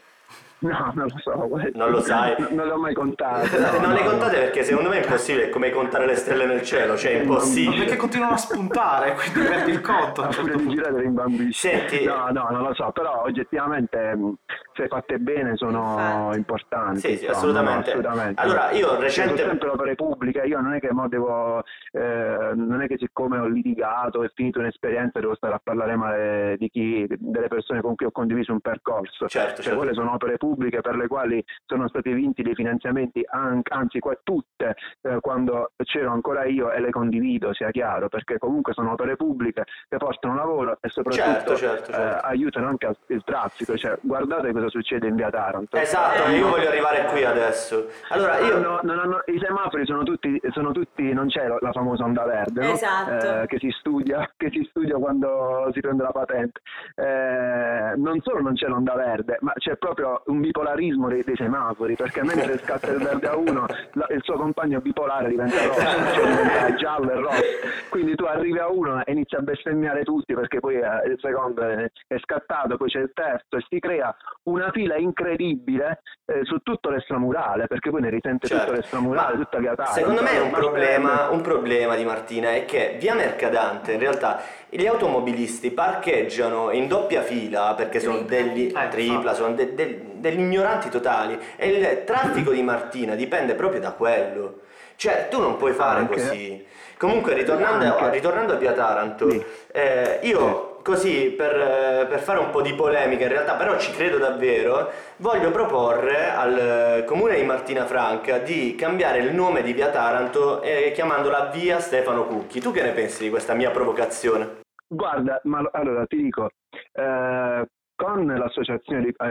No, non lo so. Non lo sai? Non, non l'ho mai contato. No, non no, le contate no. perché secondo me è impossibile, è come contare le stelle nel cielo, cioè è impossibile. Ma perché continuano a spuntare, quindi perdi il conto. Pure di girare in bambini. Senti... No, no, non lo so, però oggettivamente se fatte bene sono Infatti. importanti. Sì, sì, insomma, assolutamente. No, assolutamente. Allora, io recente... Sono sempre opere pubbliche, io non è che mo devo, eh, non è che siccome ho litigato e finito un'esperienza devo stare a parlare male di chi, delle persone con cui ho condiviso un percorso. Certo, cioè, certo. Quelle sono opere pubbliche per le quali sono stati vinti dei finanziamenti, anzi qua tutte eh, quando c'ero ancora io, e le condivido, sia chiaro, perché comunque sono opere pubbliche che portano lavoro e soprattutto certo, certo, certo. Eh, aiutano anche al, il traffico, cioè guardate cosa succede in via Taranto. Esatto, io voglio arrivare qui adesso. Allora io no, non hanno, i semafori sono tutti, sono tutti, non c'è la famosa onda verde, no? Esatto. eh, che si studia, che si studia quando si prende la patente. Eh, non solo non c'è l'onda verde, ma c'è proprio un bipolarismo dei, dei semafori, perché mentre scatta il verde a uno, la, il suo compagno bipolare diventa rosso, cioè diventa giallo e rosso. Quindi tu arrivi a uno e inizi a bestemmiare tutti perché poi eh, il secondo è, è scattato, poi c'è il terzo e si crea una fila incredibile eh, su tutto l'estramurale, perché poi ne risente certo. tutto l'estramurale, tutta via Taranto. Secondo me è un problema, un problema di Martina è che via Mercadante in realtà gli automobilisti parcheggiano in doppia fila perché sono degli eh, tripla, sono de, de, degli ignoranti totali, e il traffico di Martina dipende proprio da quello. Cioè tu non puoi fare Anche. così. Comunque ritornando, Anche. ritornando a via Taranto, sì. eh, io così per, per fare un po' di polemica in realtà, però ci credo davvero, voglio proporre al comune di Martina Franca di cambiare il nome di via Taranto e chiamandola via Stefano Cucchi. Tu che ne pensi di questa mia provocazione? Guarda, ma allora ti dico, eh, con l'associazione di,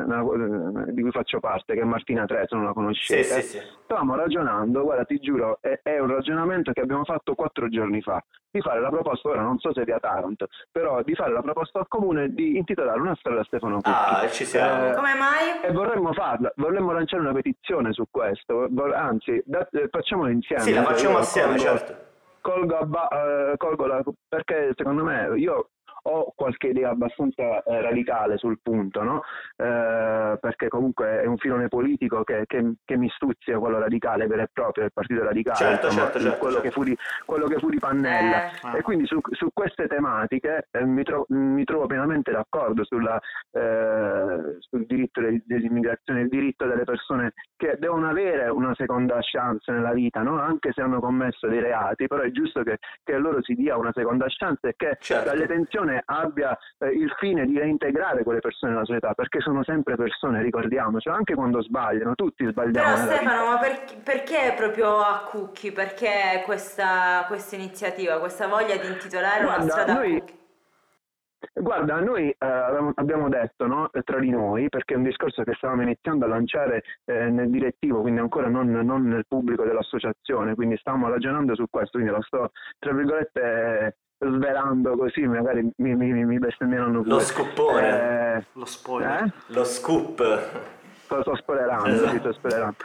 eh, di cui faccio parte, che è Martina tre, se non la conoscete, sì, sì, sì. stavamo ragionando, guarda ti giuro, è, è un ragionamento che abbiamo fatto quattro giorni fa, di fare la proposta, ora non so se via Taranto, però di fare la proposta al comune di intitolare una strada a Stefano Cucchi. Ah, ci siamo. Eh, Come mai? E vorremmo farla, vorremmo lanciare una petizione su questo, anzi, da, facciamolo insieme. Sì, la facciamo assieme, colgo, certo. Colgo, abba, eh, colgo la, perché secondo me, io ho qualche idea abbastanza eh, radicale sul punto, no? Eh, perché comunque è un filone politico che, che, che mi stuzia, quello radicale vero e proprio del partito radicale, certo, insomma, certo, certo, quello, certo. Che fu di, quello che fu di Pannella, eh. e quindi su, su queste tematiche eh, mi, tro- mi trovo pienamente assolutamente d'accordo sulla, eh, sul diritto dell'immigrazione, il diritto delle persone che devono avere una seconda chance nella vita, no? Anche se hanno commesso dei reati, però è giusto che, che a loro si dia una seconda chance e che Certo. la detenzione abbia eh, il fine di reintegrare quelle persone nella società, perché sono sempre persone, ricordiamoci, anche quando sbagliano, tutti sbagliamo. Però nella vita. Stefano, ma per- perché proprio a Cucchi? Perché questa, questa iniziativa, questa voglia di intitolare una Guarda, strada noi- a Cucchi? Guarda, noi eh, avevamo- abbiamo detto, no, tra di noi, perché è un discorso che stavamo iniziando a lanciare eh, nel direttivo, quindi ancora non, non nel pubblico dell'associazione, quindi stavamo ragionando su questo, quindi lo sto, tra virgolette, svelando così, magari mi, mi, mi bestemmieranno pure. Lo scoppone. Eh, Lo spoiler. eh? Lo scoop. Sto, sto spoilerando, Esatto. sì, sto spoilerando.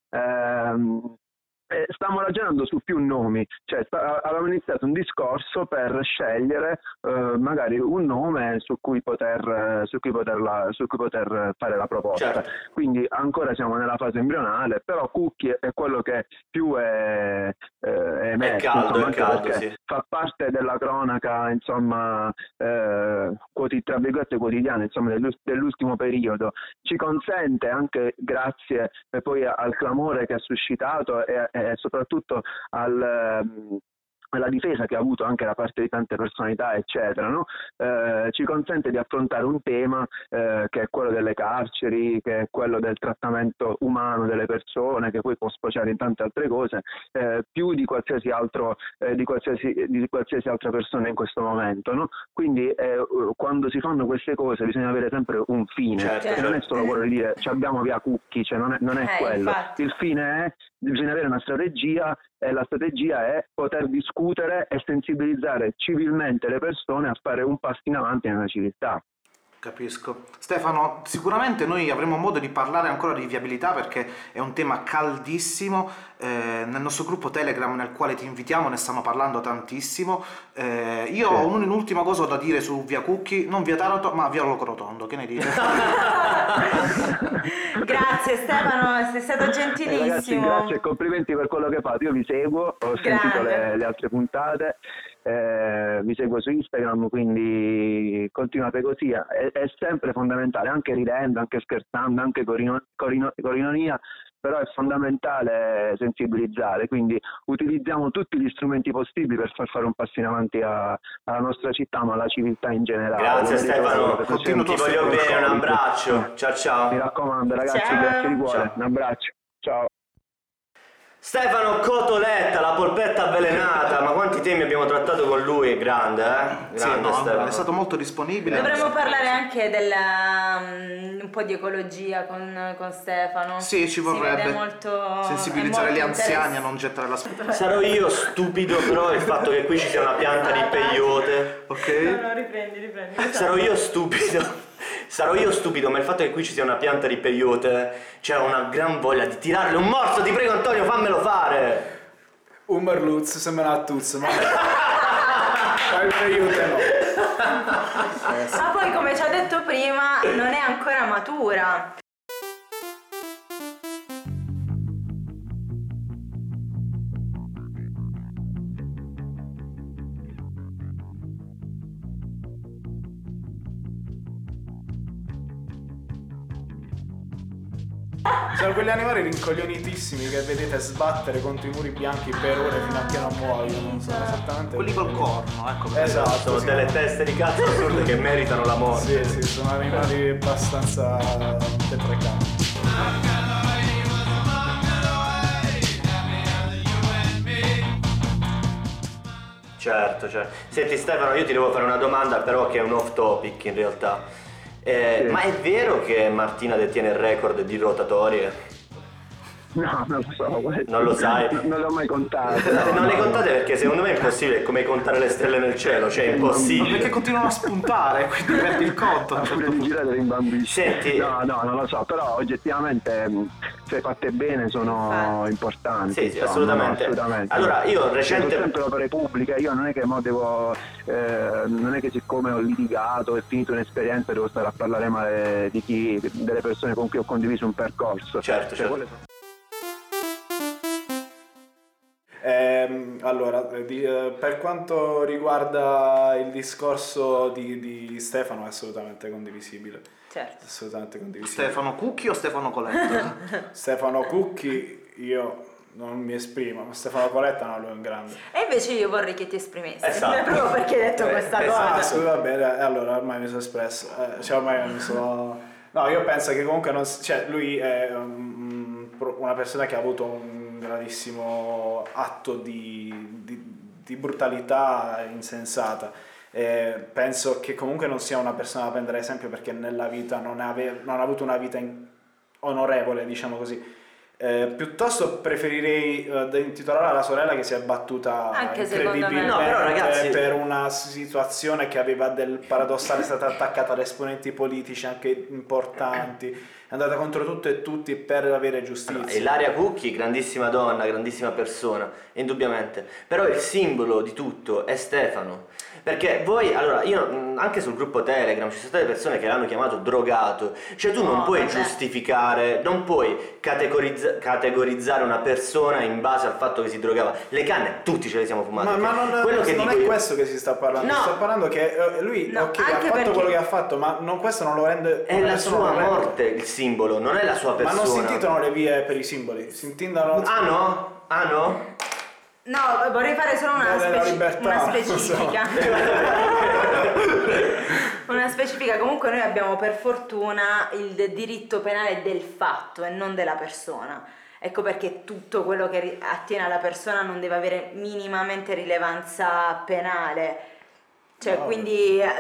Ehm, eh, stiamo ragionando su più nomi, cioè sta- avevamo iniziato un discorso per scegliere eh, magari un nome su cui poter eh, su cui poterla, su cui poter fare la proposta. Certo. Quindi ancora siamo nella fase embrionale, però Cucchi è quello che più è, eh, è emerso, caldo, insomma, è anche caldo, perché sì. fa parte della cronaca, insomma, eh, quoti- tra virgolette quotidiana, insomma, dell'ul- dell'ultimo periodo. Ci consente, anche grazie eh, poi al clamore che ha suscitato e, e soprattutto al, ehm, alla difesa che ha avuto anche da parte di tante personalità, eccetera, no? Eh, ci consente di affrontare un tema eh, che è quello delle carceri, che è quello del trattamento umano delle persone, che poi può sfociare in tante altre cose, eh, più di qualsiasi altro eh, di qualsiasi di qualsiasi altra persona in questo momento, no? Quindi eh, quando si fanno queste cose bisogna avere sempre un fine, Certo, che non è certo. solo quello di dire ci abbiamo via Cucchi, cioè non è, non è Eh, quello. infatti. Il fine è bisogna avere una strategia e la strategia è poter discutere e sensibilizzare civilmente le persone a fare un passo in avanti nella civiltà. Capisco. Stefano, sicuramente noi avremo modo di parlare ancora di viabilità perché è un tema caldissimo. Eh, nel nostro gruppo Telegram nel quale ti invitiamo ne stanno parlando tantissimo. Eh, io Sì. ho un'ultima cosa da dire su via Cucchi, non via Taranto ma via Locorotondo, che ne dite? Grazie Stefano, sei stato Eh, ragazzi, gentilissimo. grazie e complimenti per quello che fate. Io vi seguo, ho sentito Grande. le, le altre puntate, eh, vi seguo su Instagram, quindi continuate così. È, è sempre fondamentale, anche ridendo, anche scherzando, anche con, rino- con rino- con ironia, però è fondamentale sensibilizzare, quindi utilizziamo tutti gli strumenti possibili per far fare un passo in avanti a- alla nostra città, ma alla civiltà in generale. Grazie Lo ricordo Stefano, che Continua ti facciamo- voglio sempre bene, un Covid. abbraccio. Ciao Mi ciao. raccomando ragazzi, Ciao. grazie di cuore, Ciao. un abbraccio, ciao. Stefano Cotoletta, la polpetta avvelenata, ma quanti temi abbiamo trattato con lui? Grande, eh? Sì, Grande no, Stefano. è stato molto disponibile. Dovremmo parlare anche della, mm, un po' di ecologia con, con Stefano. Sì, ci Si vorrebbe vede molto, sensibilizzare è gli molto anziani a non gettare la spazzatura. Sarò io stupido però il fatto che qui ci sia una pianta di peyote. Ok? No, no, riprendi, riprendi. Sarò io stupido. Sarò io stupido, ma il fatto che qui ci sia una pianta di peyote, c'è una gran voglia di tirarle un morso, ti prego Antonio, fammelo fare. Un merluzzo sembra una tuzza, ma ma il aiuto no. Eh, sì. Ma poi come ci ha detto prima non è ancora matura. Sono quegli animali rincoglionitissimi che vedete sbattere contro i muri bianchi per ore fino a che non muoiono. Sono esattamente Quelli col corno, ecco. perché- Esatto, Sono sì. delle teste di cazzo assurde che meritano la morte. Sì, sì, sono animali abbastanza tetracanti. Certo, certo. Senti Stefano, io ti devo fare una domanda però che è un off topic in realtà. Eh, Sì. Ma è vero che Martina detiene il record di rotatorie? No, non lo so, questo- Non lo sai? Non, non l'ho mai contato. no, non le no, contate no. perché secondo me è impossibile, è come contare le stelle nel cielo, cioè è Ma impossibile. perché continuano a spuntare, quindi perdi il conto. a A un certo furia di punto. girare rimbambisci. Senti- No, no, non lo so, però oggettivamente mh, se fatte bene sono Infatti. importanti. Sì, sì, insomma, assolutamente. no, assolutamente. Allora, io Sono recente- sempre opere pubbliche, io non è che mo devo, eh, non è che siccome ho litigato e finito un'esperienza devo stare a parlare male di chi, delle persone con cui ho condiviso un percorso. Certo, Cioè, certo. quelle sono- Ehm, allora, di, eh, per quanto riguarda il discorso di, di Stefano è assolutamente condivisibile. Certo. Assolutamente condivisibile. Stefano Cucchi o Stefano Coletta? Stefano Cucchi, io non mi esprimo, ma Stefano Coletta no, lui è un grande. E invece io vorrei che ti esprimessi, Esatto. proprio perché hai detto Eh, questa esatto. cosa. Ah, sì, va bene, allora ormai mi sono espresso, eh, cioè ormai mi sono... No, io penso che comunque non... Cioè, lui è um, una persona che ha avuto un gravissimo atto di, di, di brutalità insensata. Eh, penso che comunque non sia una persona da prendere esempio, perché nella vita non, ave- non ha avuto una vita in- onorevole, diciamo così. Eh, piuttosto preferirei eh, intitolare alla sorella che si è battuta Anche secondo me. incredibilmente No, però, ragazzi- per una situazione che aveva del paradossale, è stata attaccata ad esponenti politici anche importanti, è andata contro tutto e tutti per avere giustizia. Ilaria Cucchi, grandissima donna, grandissima persona, indubbiamente. Però il simbolo di tutto è Stefano. Perché voi, allora, io mh, anche sul gruppo Telegram ci sono state persone che l'hanno chiamato drogato. Cioè tu non No, puoi vabbè. giustificare, non puoi categorizza- categorizzare una persona in base al fatto che si drogava. Le canne tutti ce le siamo fumate. Ma, ma non, Quello che non dico è io- questo che si sta parlando, No. si sta parlando che eh, lui No, ok, ha anche fatto perché- quello che ha fatto, ma non, questo non lo rende È una la persona sua onorevole. morte il simbolo, non è la sua Ma persona. non si intitolano le vie per i simboli, si intitolano... Ah no? Ah no? No, vorrei fare solo una, Della speci- libertà, una specifica. Una specifica, comunque noi abbiamo per fortuna il de- diritto penale del fatto e non della persona. Ecco perché tutto quello che ri- attiene alla persona non deve avere minimamente rilevanza penale. Cioè, No. quindi eh,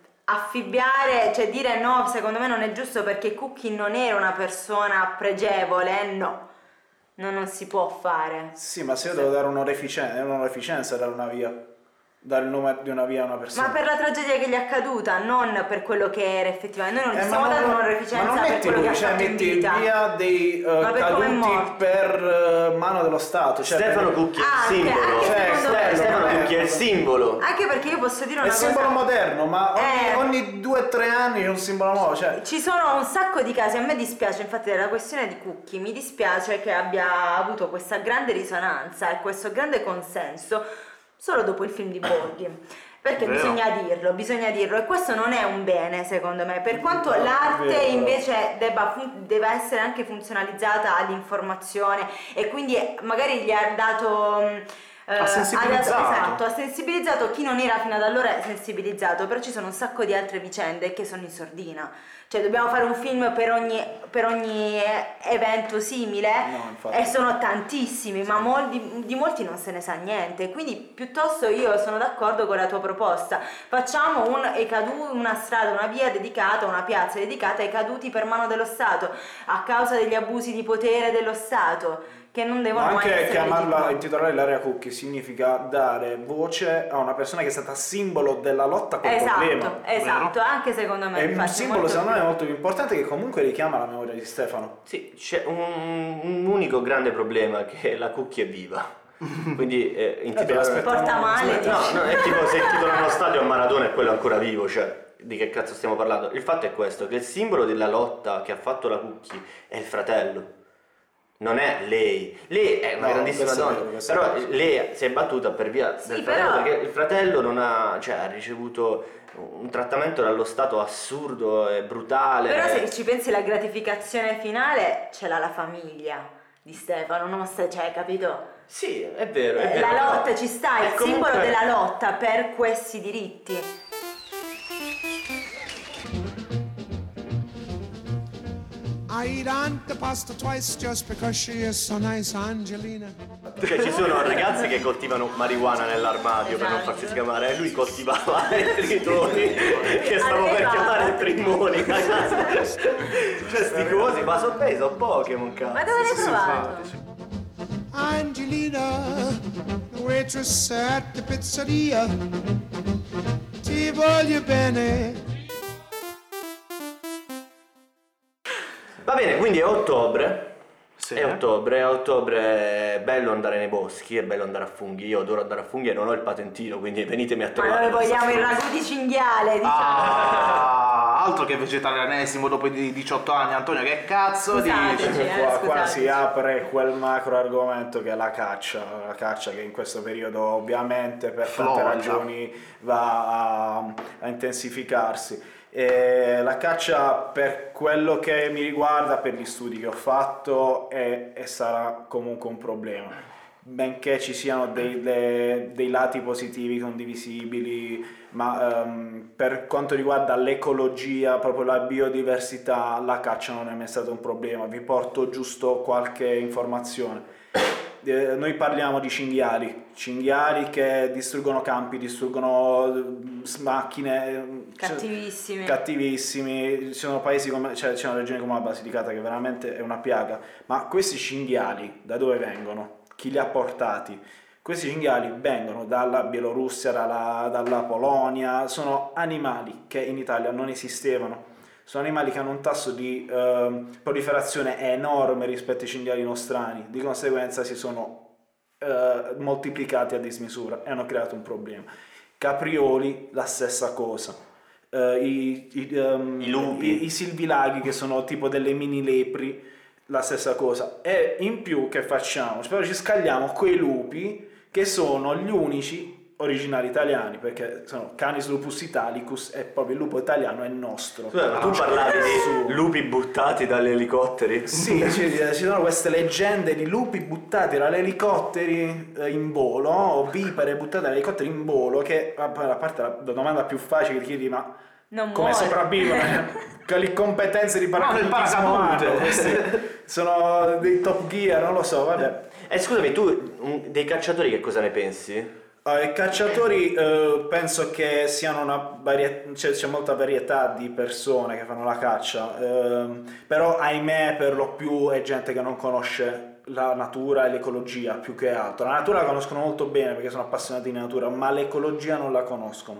affibbiare, cioè dire no, secondo me non è giusto perché Cucchi non era una persona pregevole, no. No, non si può fare. Sì, ma se io devo dare un'oreficenza, è un'oreficenza dare una via, dare il nome di una via a una persona. Ma per la tragedia che gli è accaduta, non per quello che era effettivamente. Noi non gli Eh, stiamo ma dando non- un'oreficenza ma non per metti quello che lui, ha cioè fatto in metti vita. via dei eh, Ma per come è caduti morto. per eh, mano dello Stato. Cioè, Stefano per- Cucchi è il Anche- simbolo. anche Cioè, secondo me. quello, Stefano vabbè. Cucchi è il simbolo. Anche perché io posso dire È una il simbolo cosa. moderno, ma ogni, Eh. ogni due o tre anni c'è un simbolo nuovo. Cioè, Ci sono un sacco di casi, a me dispiace infatti della questione di Cucchi, mi dispiace che abbia avuto questa grande risonanza e questo grande consenso solo dopo il film di Borghi. Perché Vero. bisogna dirlo, bisogna dirlo e questo non è un bene secondo me, per quanto l'arte vero. invece debba, fun- debba essere anche funzionalizzata all'informazione e quindi magari gli ha dato... mh, eh, Ha sensibilizzato. dato- esatto, ha sensibilizzato chi non era fino ad allora sensibilizzato, però ci sono un sacco di altre vicende che sono in sordina. Cioè dobbiamo fare un film per ogni, per ogni eh, evento simile No, infatti. e sono tantissimi, ma molti, di molti non se ne sa niente, quindi piuttosto io sono d'accordo con la tua proposta. Facciamo un, ai cadu- una strada, una via dedicata, una piazza dedicata ai caduti per mano dello Stato a causa degli abusi di potere dello Stato che non devono ma mai anche essere chiamarla, legittimati. intitolare Ilaria Cucchi significa dare voce a una persona che è stata simbolo della lotta col problema. Esatto, esatto, anche secondo me È un infatti, simbolo molto secondo me più- molto più importante, che comunque richiama la memoria di Stefano. Sì, c'è un, un unico grande problema, che la Cucchi è viva. Quindi eh, intitolare... Porta male, No, no, è tipo se intitolano stadio a Maradona e quello è ancora vivo, cioè di che cazzo stiamo parlando? Il fatto è questo, che il simbolo della lotta che ha fatto la Cucchi è il fratello. Non è lei, lei è una No, grandissima questo è donna, vero, questo è però vero. lei si è battuta per via Sì, del fratello, però- perché il fratello non ha, cioè, ha ricevuto un trattamento dallo Stato assurdo e brutale. Però se ci pensi la gratificazione finale ce l'ha la famiglia di Stefano, non sta, cioè, capito? Sì, è vero, è Eh, vero. La lotta ci sta, E il comunque- simbolo della lotta per questi diritti. I eat antipasta twice just because she is so nice, Angelina. Cioè ci sono ragazzi che coltivano marijuana nell'armadio per non Esatto. farsi scamare e lui coltivava i tritoni che stavo per Aveva. chiamare trimmoni, ragazzi. Cioè sti cosi, ma sono bei, sono Pokémon, cazzo. Ma dove l'hai trovato? Angelina, the waitress at the pizzeria. Ti voglio bene. Va bene, quindi è ottobre. Sì. È ottobre, a ottobre è bello andare nei boschi, è bello andare a funghi. Io adoro andare a funghi e non ho il patentino, quindi venitemi a Ma trovare. noi vogliamo il ragù di cinghiale, diciamo. Ah, altro che vegetarianesimo dopo i diciotto anni. Antonio, che cazzo Scusateci, dici? eh, Qua, qua si scusateci. apre quel macro argomento che è la caccia, la caccia che in questo periodo ovviamente per tante Florida. ragioni va a, a intensificarsi. E la caccia, per quello che mi riguarda, per gli studi che ho fatto, è, e sarà comunque un problema, benché ci siano dei, dei, dei lati positivi condivisibili, ma um, per quanto riguarda l'ecologia, proprio la biodiversità, la caccia non è mai stato un problema. Vi porto giusto qualche informazione. Eh, noi parliamo di cinghiali, cinghiali che distruggono campi, distruggono eh, macchine, Cattivissimi. cattivissimi. Ci sono paesi come, cioè, c'è una regione come la Basilicata che veramente è una piaga. Ma questi cinghiali da dove vengono? Chi li ha portati? Questi cinghiali vengono dalla Bielorussia, dalla, dalla Polonia, sono animali che in Italia non esistevano. Sono animali che hanno un tasso di eh, proliferazione enorme rispetto ai cinghiali nostrani, di conseguenza si sono eh, moltiplicati a dismisura e hanno creato un problema. Caprioli, la stessa cosa. Uh, i, i, um, I lupi. I, i silvilaghi, che sono tipo delle mini lepri, la stessa cosa. E in più che facciamo? Però ci scagliamo quei lupi che sono gli unici originali italiani, perché sono Canis lupus italicus e proprio il lupo italiano è nostro. Scusa, ma tu parlavi di lupi buttati dagli elicotteri? Sì, ci, ci sono queste leggende di lupi buttati dagli elicotteri eh, in volo, o vipere buttate dagli elicotteri in volo, che a parte la, la domanda più facile che ti chiedi, ma Non come muore. sopravvivono? Quali competenze di paracadutismo hanno? Questi sono dei Top Gear, non lo so, vabbè. E scusami, tu un- dei cacciatori che cosa ne pensi? Uh, I cacciatori uh, penso che siano una varie... c'è, c'è molta varietà di persone che fanno la caccia, uh, però ahimè per lo più è gente che non conosce la natura e l'ecologia più che altro. La natura la conoscono molto bene perché sono appassionati di natura, ma l'ecologia non la conoscono.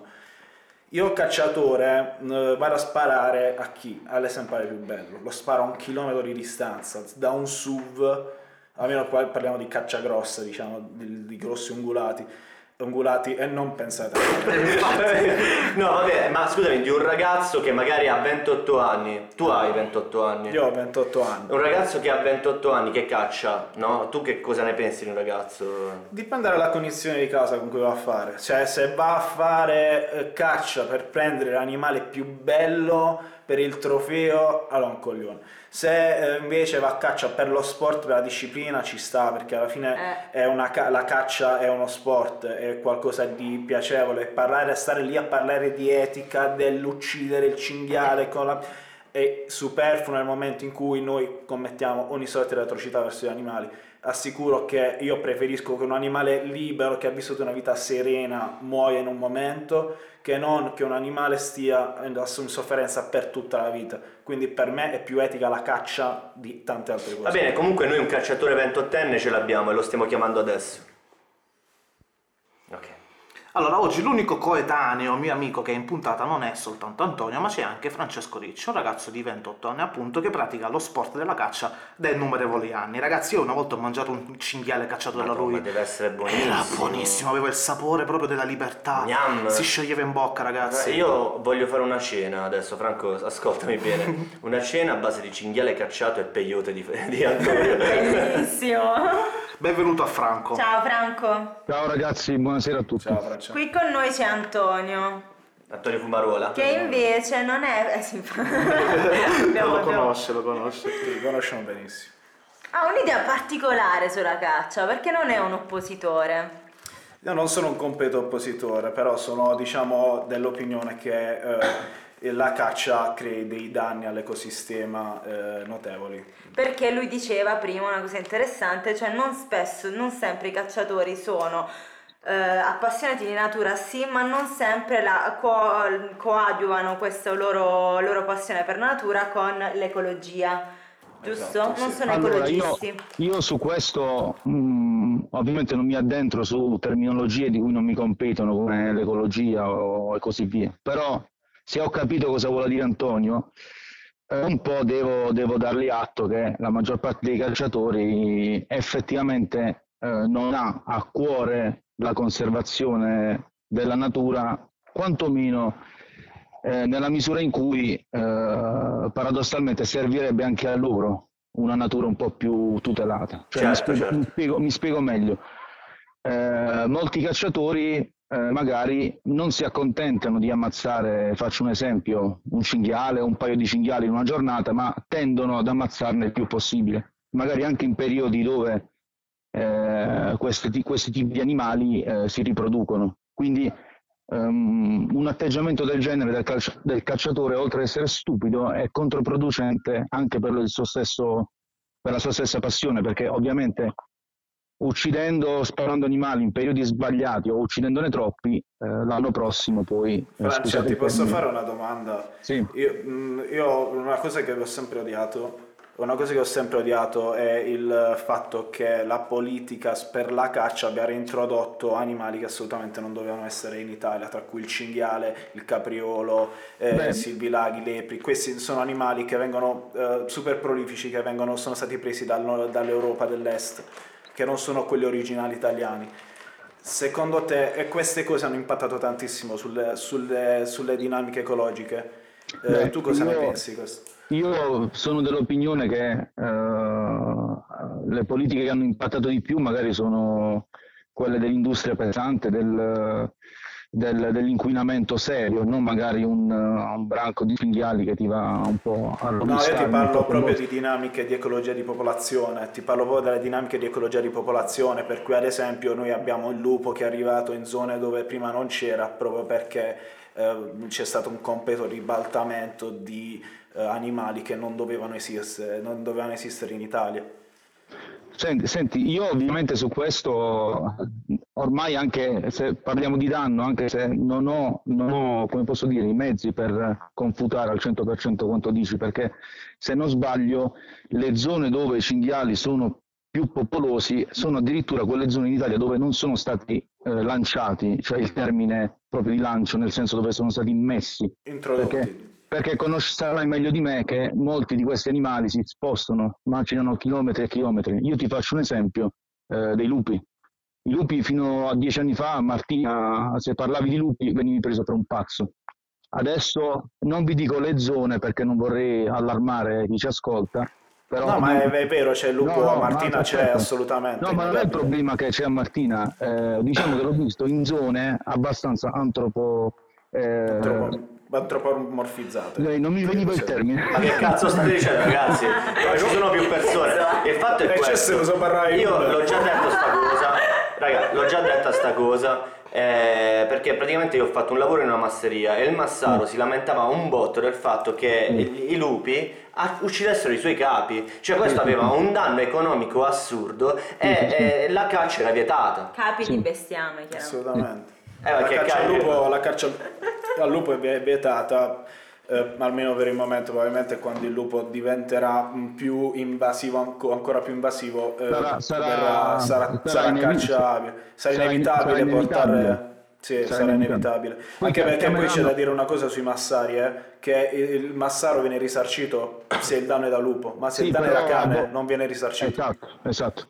Io cacciatore uh, vado a sparare a chi? All'esemplare più bello, lo sparo a un chilometro di distanza, da un S U V, almeno qua parliamo di caccia grossa, diciamo, di, di grossi ungulati. ungulati e non pensate a No, vabbè, ma scusami, di un ragazzo che magari ha ventotto anni, tu hai ventotto anni. io ho ventotto anni. Un ragazzo che ha ventotto anni che caccia, no? Tu che cosa ne pensi di un ragazzo? Dipende dalla condizione di casa con cui va a fare, cioè se va a fare eh, caccia per prendere l'animale più bello per il trofeo, allora un coglione. Se eh, invece va a caccia per lo sport, per la disciplina, ci sta, perché alla fine Eh. è una ca- la caccia è uno sport, è qualcosa di piacevole. Parlare, stare lì a parlare di etica, dell'uccidere il cinghiale con la... è superfluo nel momento in cui noi commettiamo ogni sorta di atrocità verso gli animali. Assicuro che io preferisco che un animale libero che ha vissuto una vita serena muoia in un momento, che non che un animale stia in sofferenza per tutta la vita. Quindi per me è più etica la caccia di tante altre cose. Va bene, comunque noi un cacciatore ventottenne ce l'abbiamo e lo stiamo chiamando adesso. Ok. Allora, oggi l'unico coetaneo mio amico che è in puntata non è soltanto Antonio, ma c'è anche Francesco Ricci, un ragazzo di ventotto anni appunto che pratica lo sport della caccia da innumerevoli anni. Ragazzi, io una volta ho mangiato un cinghiale cacciato da lui. Ma deve essere buonissimo. Era buonissimo, aveva il sapore proprio della libertà. Gnam. Si scioglieva in bocca, ragazzi. Io voglio fare una cena adesso, Franco, ascoltami bene. Una cena a base di cinghiale cacciato e peyote di, di Antonio. Bellissimo. Benvenuto a Franco. Ciao Franco. Ciao ragazzi, buonasera a tutti. Ciao Francesco. Qui con noi c'è Antonio, Antonio Fumarola. che invece non è... Eh sì, abbiamo- lo abbiamo- conosce, lo conosce. Li conosciamo benissimo. Ha un'idea particolare sulla caccia, perché non è un oppositore. Io non sono un completo oppositore, però sono, diciamo, dell'opinione che eh, la caccia crei dei danni all'ecosistema eh, notevoli. Perché lui diceva prima una cosa interessante, cioè non spesso, non sempre i cacciatori sono eh, appassionati di natura, sì, ma non sempre la co- coadiuvano questa loro, loro passione per la natura con l'ecologia, giusto? Esatto, Non sì. sono Allora, io, ecologisti. io su questo mh, ovviamente non mi addentro su terminologie di cui non mi competono come l'ecologia o, e così via, però se ho capito cosa vuole dire Antonio, eh, un po' devo, devo dargli atto che la maggior parte dei calciatori effettivamente eh, non ha a cuore la conservazione della natura, quantomeno eh, nella misura in cui eh, paradossalmente servirebbe anche a loro una natura un po' più tutelata. Cioè, Certo, mi, spiego, certo. mi, spiego, mi spiego meglio. Eh, molti cacciatori eh, magari non si accontentano di ammazzare, faccio un esempio, un cinghiale o un paio di cinghiali in una giornata, ma tendono ad ammazzarne il più possibile, magari anche in periodi dove eh, questi, questi tipi di animali eh, si riproducono. Quindi um, un atteggiamento del genere del, calci- del cacciatore, oltre ad essere stupido, è controproducente anche per il suo stesso, per la sua stessa passione, perché ovviamente uccidendo, sparando animali in periodi sbagliati o uccidendone troppi, eh, l'anno prossimo poi... Eh, Francia, scusate ti il posso termine. fare una domanda? Sì. Io, mh, io una cosa che ho sempre odiato, una cosa che ho sempre odiato è il fatto che la politica per la caccia abbia reintrodotto animali che assolutamente non dovevano essere in Italia, tra cui il cinghiale, il capriolo, eh, i silvilaghi, i lepri. Questi sono animali che vengono eh, super prolifici, che vengono, sono stati presi dal, dall'Europa dell'Est, che non sono quelli originali italiani. Secondo te, e queste cose hanno impattato tantissimo sulle, sulle, sulle dinamiche ecologiche, eh, Beh, tu cosa io, ne pensi di questo? Io sono dell'opinione che eh, le politiche che hanno impattato di più magari sono quelle dell'industria pesante, del, del, dell'inquinamento serio, non magari un, un branco di cinghiali che ti va un po' a No, io rovistare ti un parlo po' proprio con- di dinamiche di ecologia di popolazione, ti parlo proprio delle dinamiche di ecologia di popolazione, per cui ad esempio noi abbiamo il lupo che è arrivato in zone dove prima non c'era, proprio perché eh, c'è stato un completo ribaltamento di eh, animali che non dovevano esistere, non dovevano esistere in Italia. Senti, senti, io ovviamente su questo ormai, anche se parliamo di danno, anche se non ho, non ho, come posso dire, i mezzi per confutare al cento per cento quanto dici, perché se non sbaglio le zone dove i cinghiali sono più popolosi sono addirittura quelle zone in Italia dove non sono stati eh, lanciati, cioè il termine proprio di lancio, nel senso dove sono stati immessi. Introdotti. Perché, perché conoscerai meglio di me che molti di questi animali si spostano, macinano chilometri e chilometri. Io ti faccio un esempio eh, dei lupi. I lupi fino a dieci anni fa, Martina, se parlavi di lupi venivi preso per un pazzo. Adesso non vi dico le zone perché non vorrei allarmare chi ci ascolta, però... No, ma è, è vero, c'è il lupo No, a no, Martina, ma c'è aspetta. assolutamente. No, ma non è il innegabile. problema che c'è a Martina, eh, diciamo che l'ho visto in zone abbastanza antropo... eh, Antropo- antropomorfizzate. lei, non mi veniva il termine. Ma che cazzo state dicendo, ragazzi? Ma ci sono più persone. Il fatto è Eh, c'è se questo. lo so parlare Io io. l'ho già detto sta cosa. Raga, l'ho già detta sta cosa. eh, perché praticamente io ho fatto un lavoro in una masseria e il massaro si lamentava un botto del fatto che i, i lupi a- uccidessero i suoi capi. Cioè questo aveva un danno economico assurdo e, e la caccia era vietata. Capi di bestiame, chiaramente. Assolutamente. Eh, ma la, che caccia al cavolo. lupo, la caccia al lupo è vie- vietata, eh, almeno per il momento. Probabilmente quando il lupo diventerà mm, più invasivo, anco- ancora più invasivo, eh, Sarà- sarà- verrà- sarà, sarà sarà inevi- cacciabile. Sarà sarà in- inevitabile sarà portare... inevitabile. Sì, Sarà sarà inevitabile. inevitabile. Poi Anche perché poi c'è chiameranno- da dire una cosa sui massari, eh, che il massaro viene risarcito se il danno è da lupo, ma se Sì, il danno è da però- cane non viene risarcito. Esatto, esatto.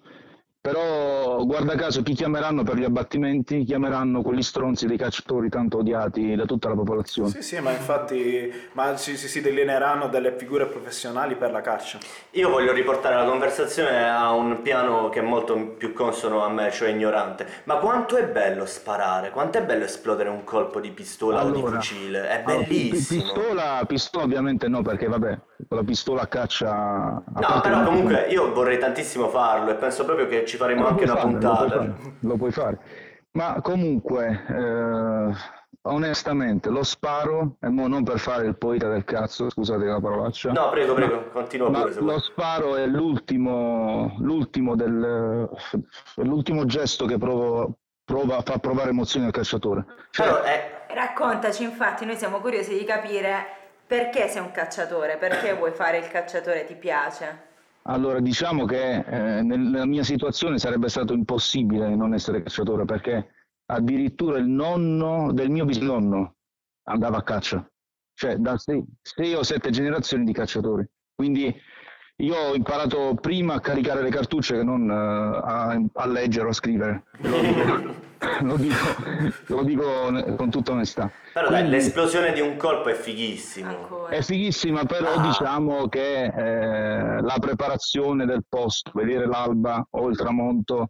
Però guarda caso chi chiameranno per gli abbattimenti? Chiameranno quegli stronzi dei cacciatori tanto odiati da tutta la popolazione. Sì, sì, ma infatti ma si, si, si delineeranno delle figure professionali per la caccia. Io voglio riportare la conversazione a un piano che è molto più consono a me, cioè ignorante. Ma quanto è bello sparare, quanto è bello esplodere un colpo di pistola o di Allora, fucile, è allora, pi- pi- bellissimo. Pistola, pistola ovviamente no, perché vabbè, con la pistola a caccia... a No, parte però che- comunque io vorrei tantissimo farlo e penso proprio che ci faremo Lo anche puoi una fare, lo puoi puntata. fare, lo puoi fare. Ma comunque, eh, onestamente, lo sparo, e mo non per fare il poeta del cazzo, scusate la parolaccia. No, prego, prego, ma- continua ma pure se vuoi. lo sparo è l'ultimo, l'ultimo, del, l'ultimo gesto che provo, prova, fa provare emozioni al cacciatore. Cioè, Però è... Raccontaci, infatti, noi siamo curiosi di capire perché sei un cacciatore, perché vuoi fare il cacciatore, ti piace? allora, diciamo che eh, nel- nella mia situazione sarebbe stato impossibile non essere cacciatore, perché addirittura il nonno del mio bisnonno andava a caccia, cioè da sei, sei o sette generazioni di cacciatori. Quindi Io ho imparato prima a caricare le cartucce che non eh, a, a leggere o a scrivere. Lo dico, lo dico, lo dico con tutta onestà. Però dai, Quindi l'esplosione di un colpo è fighissimo. Ancora. è fighissima, però Ah. diciamo che eh, la preparazione del posto, vedere l'alba o il tramonto,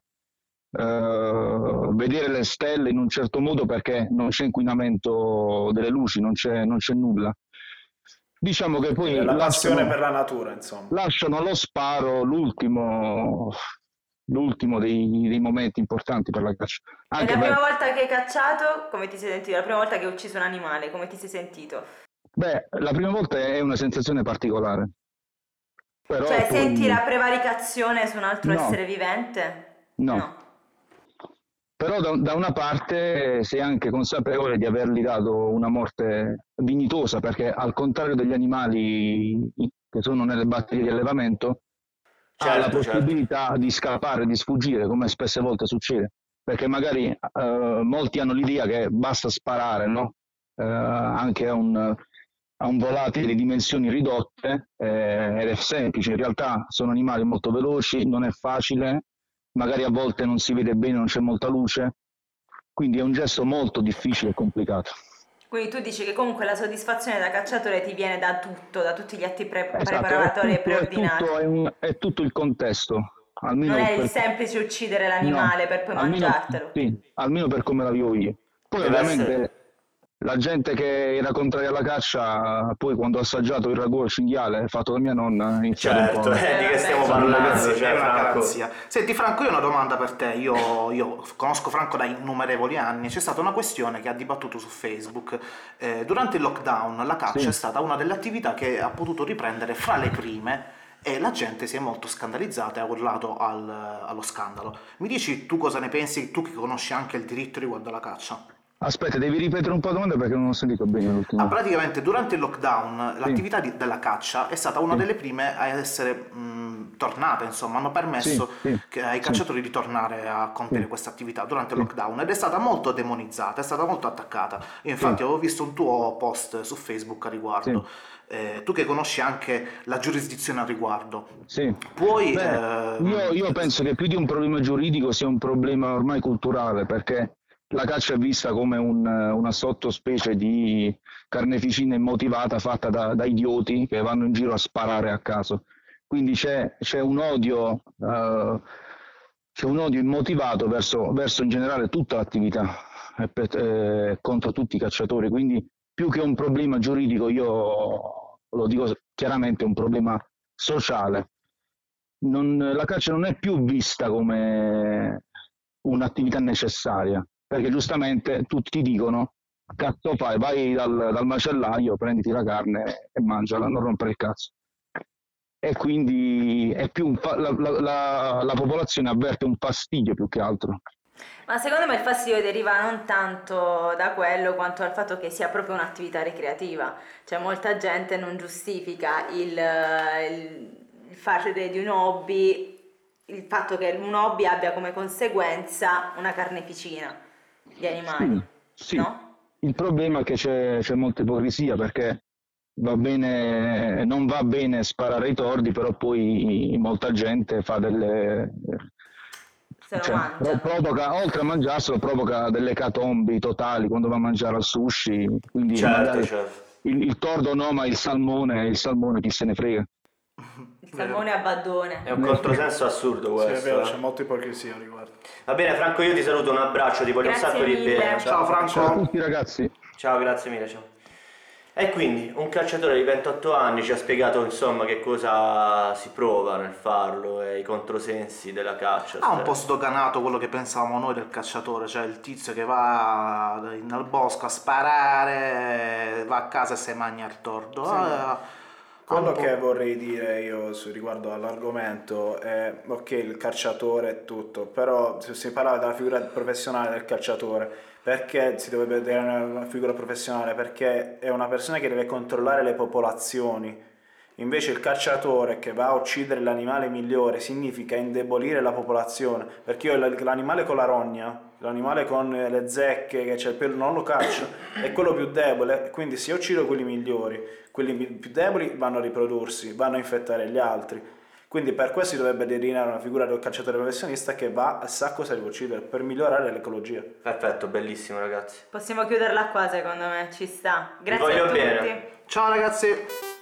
eh, vedere le stelle in un certo modo perché non c'è inquinamento delle luci, non c'è, non c'è nulla. Diciamo che poi La passione lasciano, per la natura, insomma. lasciano allo sparo l'ultimo, l'ultimo dei, dei momenti importanti per la caccia. E Anche la prima per- volta che hai cacciato, come ti sei sentito? La prima volta che hai ucciso un animale, come ti sei sentito? beh, la prima volta è una sensazione particolare. Però Cioè, poi- senti la prevaricazione su un altro No. essere vivente? No. Però da, da una parte sei anche consapevole di avergli dato una morte dignitosa, perché al contrario degli animali che sono nelle batterie di allevamento, ha la Certo, possibilità di scappare, di sfuggire, come spesse volte succede. Perché magari eh, molti hanno l'idea che basta sparare, no? Eh, anche a un, a un volatile di dimensioni ridotte, eh, ed è semplice. In realtà sono animali molto veloci, non è facile, magari a volte non si vede bene, non c'è molta luce, quindi è un gesto molto difficile e complicato. Quindi tu dici che comunque la soddisfazione da cacciatore ti viene da tutto, da tutti gli atti pre- Esatto, è preparatori e tutto, è preordinati. tutto, è un- è tutto il contesto. Almeno Non è il per- semplice uccidere l'animale no, per poi almeno- mangiartelo. Sì, almeno per come la vivo io. Poi Deve ovviamente essere- la gente che era contraria alla caccia, poi quando ho assaggiato il ragù al cinghiale fatto da mia nonna, ha iniziato un Certo, po'. eh, di che stiamo Vabbè, parlando, Ragazzi, cioè, è una Franco? garanzia. Senti Franco, io ho una domanda per te. Io, io conosco Franco da innumerevoli anni. C'è stata una questione che ha dibattuto su Facebook. Eh, durante il lockdown la caccia Sì. è stata una delle attività che ha potuto riprendere fra le prime e la gente si è molto scandalizzata e ha urlato al- allo scandalo. Mi dici tu cosa ne pensi, tu che conosci anche il diritto riguardo alla caccia? Aspetta, devi ripetere un po' la domanda perché non ho sentito bene l'ultimo. Ah, praticamente durante il lockdown l'attività di- della caccia è stata una delle prime a essere mh, tornata, insomma, hanno permesso Sì, sì, che- ai sì. cacciatori di tornare a compiere Sì. questa attività durante il lockdown ed è stata molto demonizzata, è stata molto attaccata. Io infatti Sì. avevo visto un tuo post su Facebook a riguardo. Eh, tu che conosci anche la giurisdizione a riguardo, Sì. puoi... Beh, eh, io, io penso che più di un problema giuridico sia un problema ormai culturale, perché la caccia è vista come un- una sottospecie di carneficina immotivata fatta da, da idioti che vanno in giro a sparare a caso. Quindi c'è, c'è un odio, eh, c'è un odio immotivato verso, verso in generale tutta l'attività eh, per- eh, contro tutti i cacciatori. Quindi più che un problema giuridico, io lo dico chiaramente, è un problema sociale. Non- la caccia non è più vista come un'attività necessaria, perché giustamente tutti ti dicono: cazzo fai, vai dal, dal macellaio, prenditi la carne e mangiala, non rompere il cazzo. E quindi è più un fa- la, la- la- la popolazione avverte un fastidio più che altro. Ma secondo me il fastidio deriva non tanto da quello quanto dal fatto che sia proprio un'attività ricreativa. Cioè molta gente non giustifica il, il, il fare di un hobby, il fatto che un hobby abbia come conseguenza una carneficina di animali, Sì, sì. no? Il problema è che c'è, c'è molta ipocrisia, perché va bene, non va bene sparare ai tordi, però poi molta gente fa delle... Se lo cioè, mangiano. pro- provoca, oltre a mangiarselo, provoca delle ecatombi totali quando va a mangiare al sushi, quindi Certo, magari certo. il, il tordo no, ma il salmone, il salmone chi se ne frega. Il salmone a baddone. È un controsenso assurdo Sì, è questo. vero, eh. c'è molta ipocrisia a riguardo. Va bene Franco, io ti saluto, un abbraccio, ti voglio Grazie un sacco di mille. bene. Ciao Franco. Ciao a tutti ragazzi. Ciao, grazie mille, ciao. E quindi un cacciatore di ventotto anni ci ha spiegato insomma che cosa si prova nel farlo e i controsensi della caccia. Ha un po' sdoganato quello che pensavamo noi del cacciatore, cioè il tizio che va nel bosco a sparare, va a casa e si mangia il tordo. Sì. Ah, Quello un po'. che vorrei dire io su, riguardo all'argomento è, ok, il calciatore è tutto, però se si parlava della figura professionale del calciatore, perché si dovrebbe vedere una figura professionale? Perché è una persona che deve controllare le popolazioni Invece il cacciatore che va a uccidere l'animale migliore significa indebolire la popolazione, perché io l'animale con la rogna, l'animale con le zecche, che c'è il pelo, non lo caccio, è quello più debole, quindi se io uccido quelli migliori, quelli più deboli vanno a riprodursi, vanno a infettare gli altri. Quindi per questo si dovrebbe delineare una figura del cacciatore professionista che va e sa cosa deve uccidere per migliorare l'ecologia. Perfetto, bellissimo ragazzi. Possiamo chiuderla qua, secondo me, ci sta. Grazie Vi voglio a tutti. bene. Ciao ragazzi!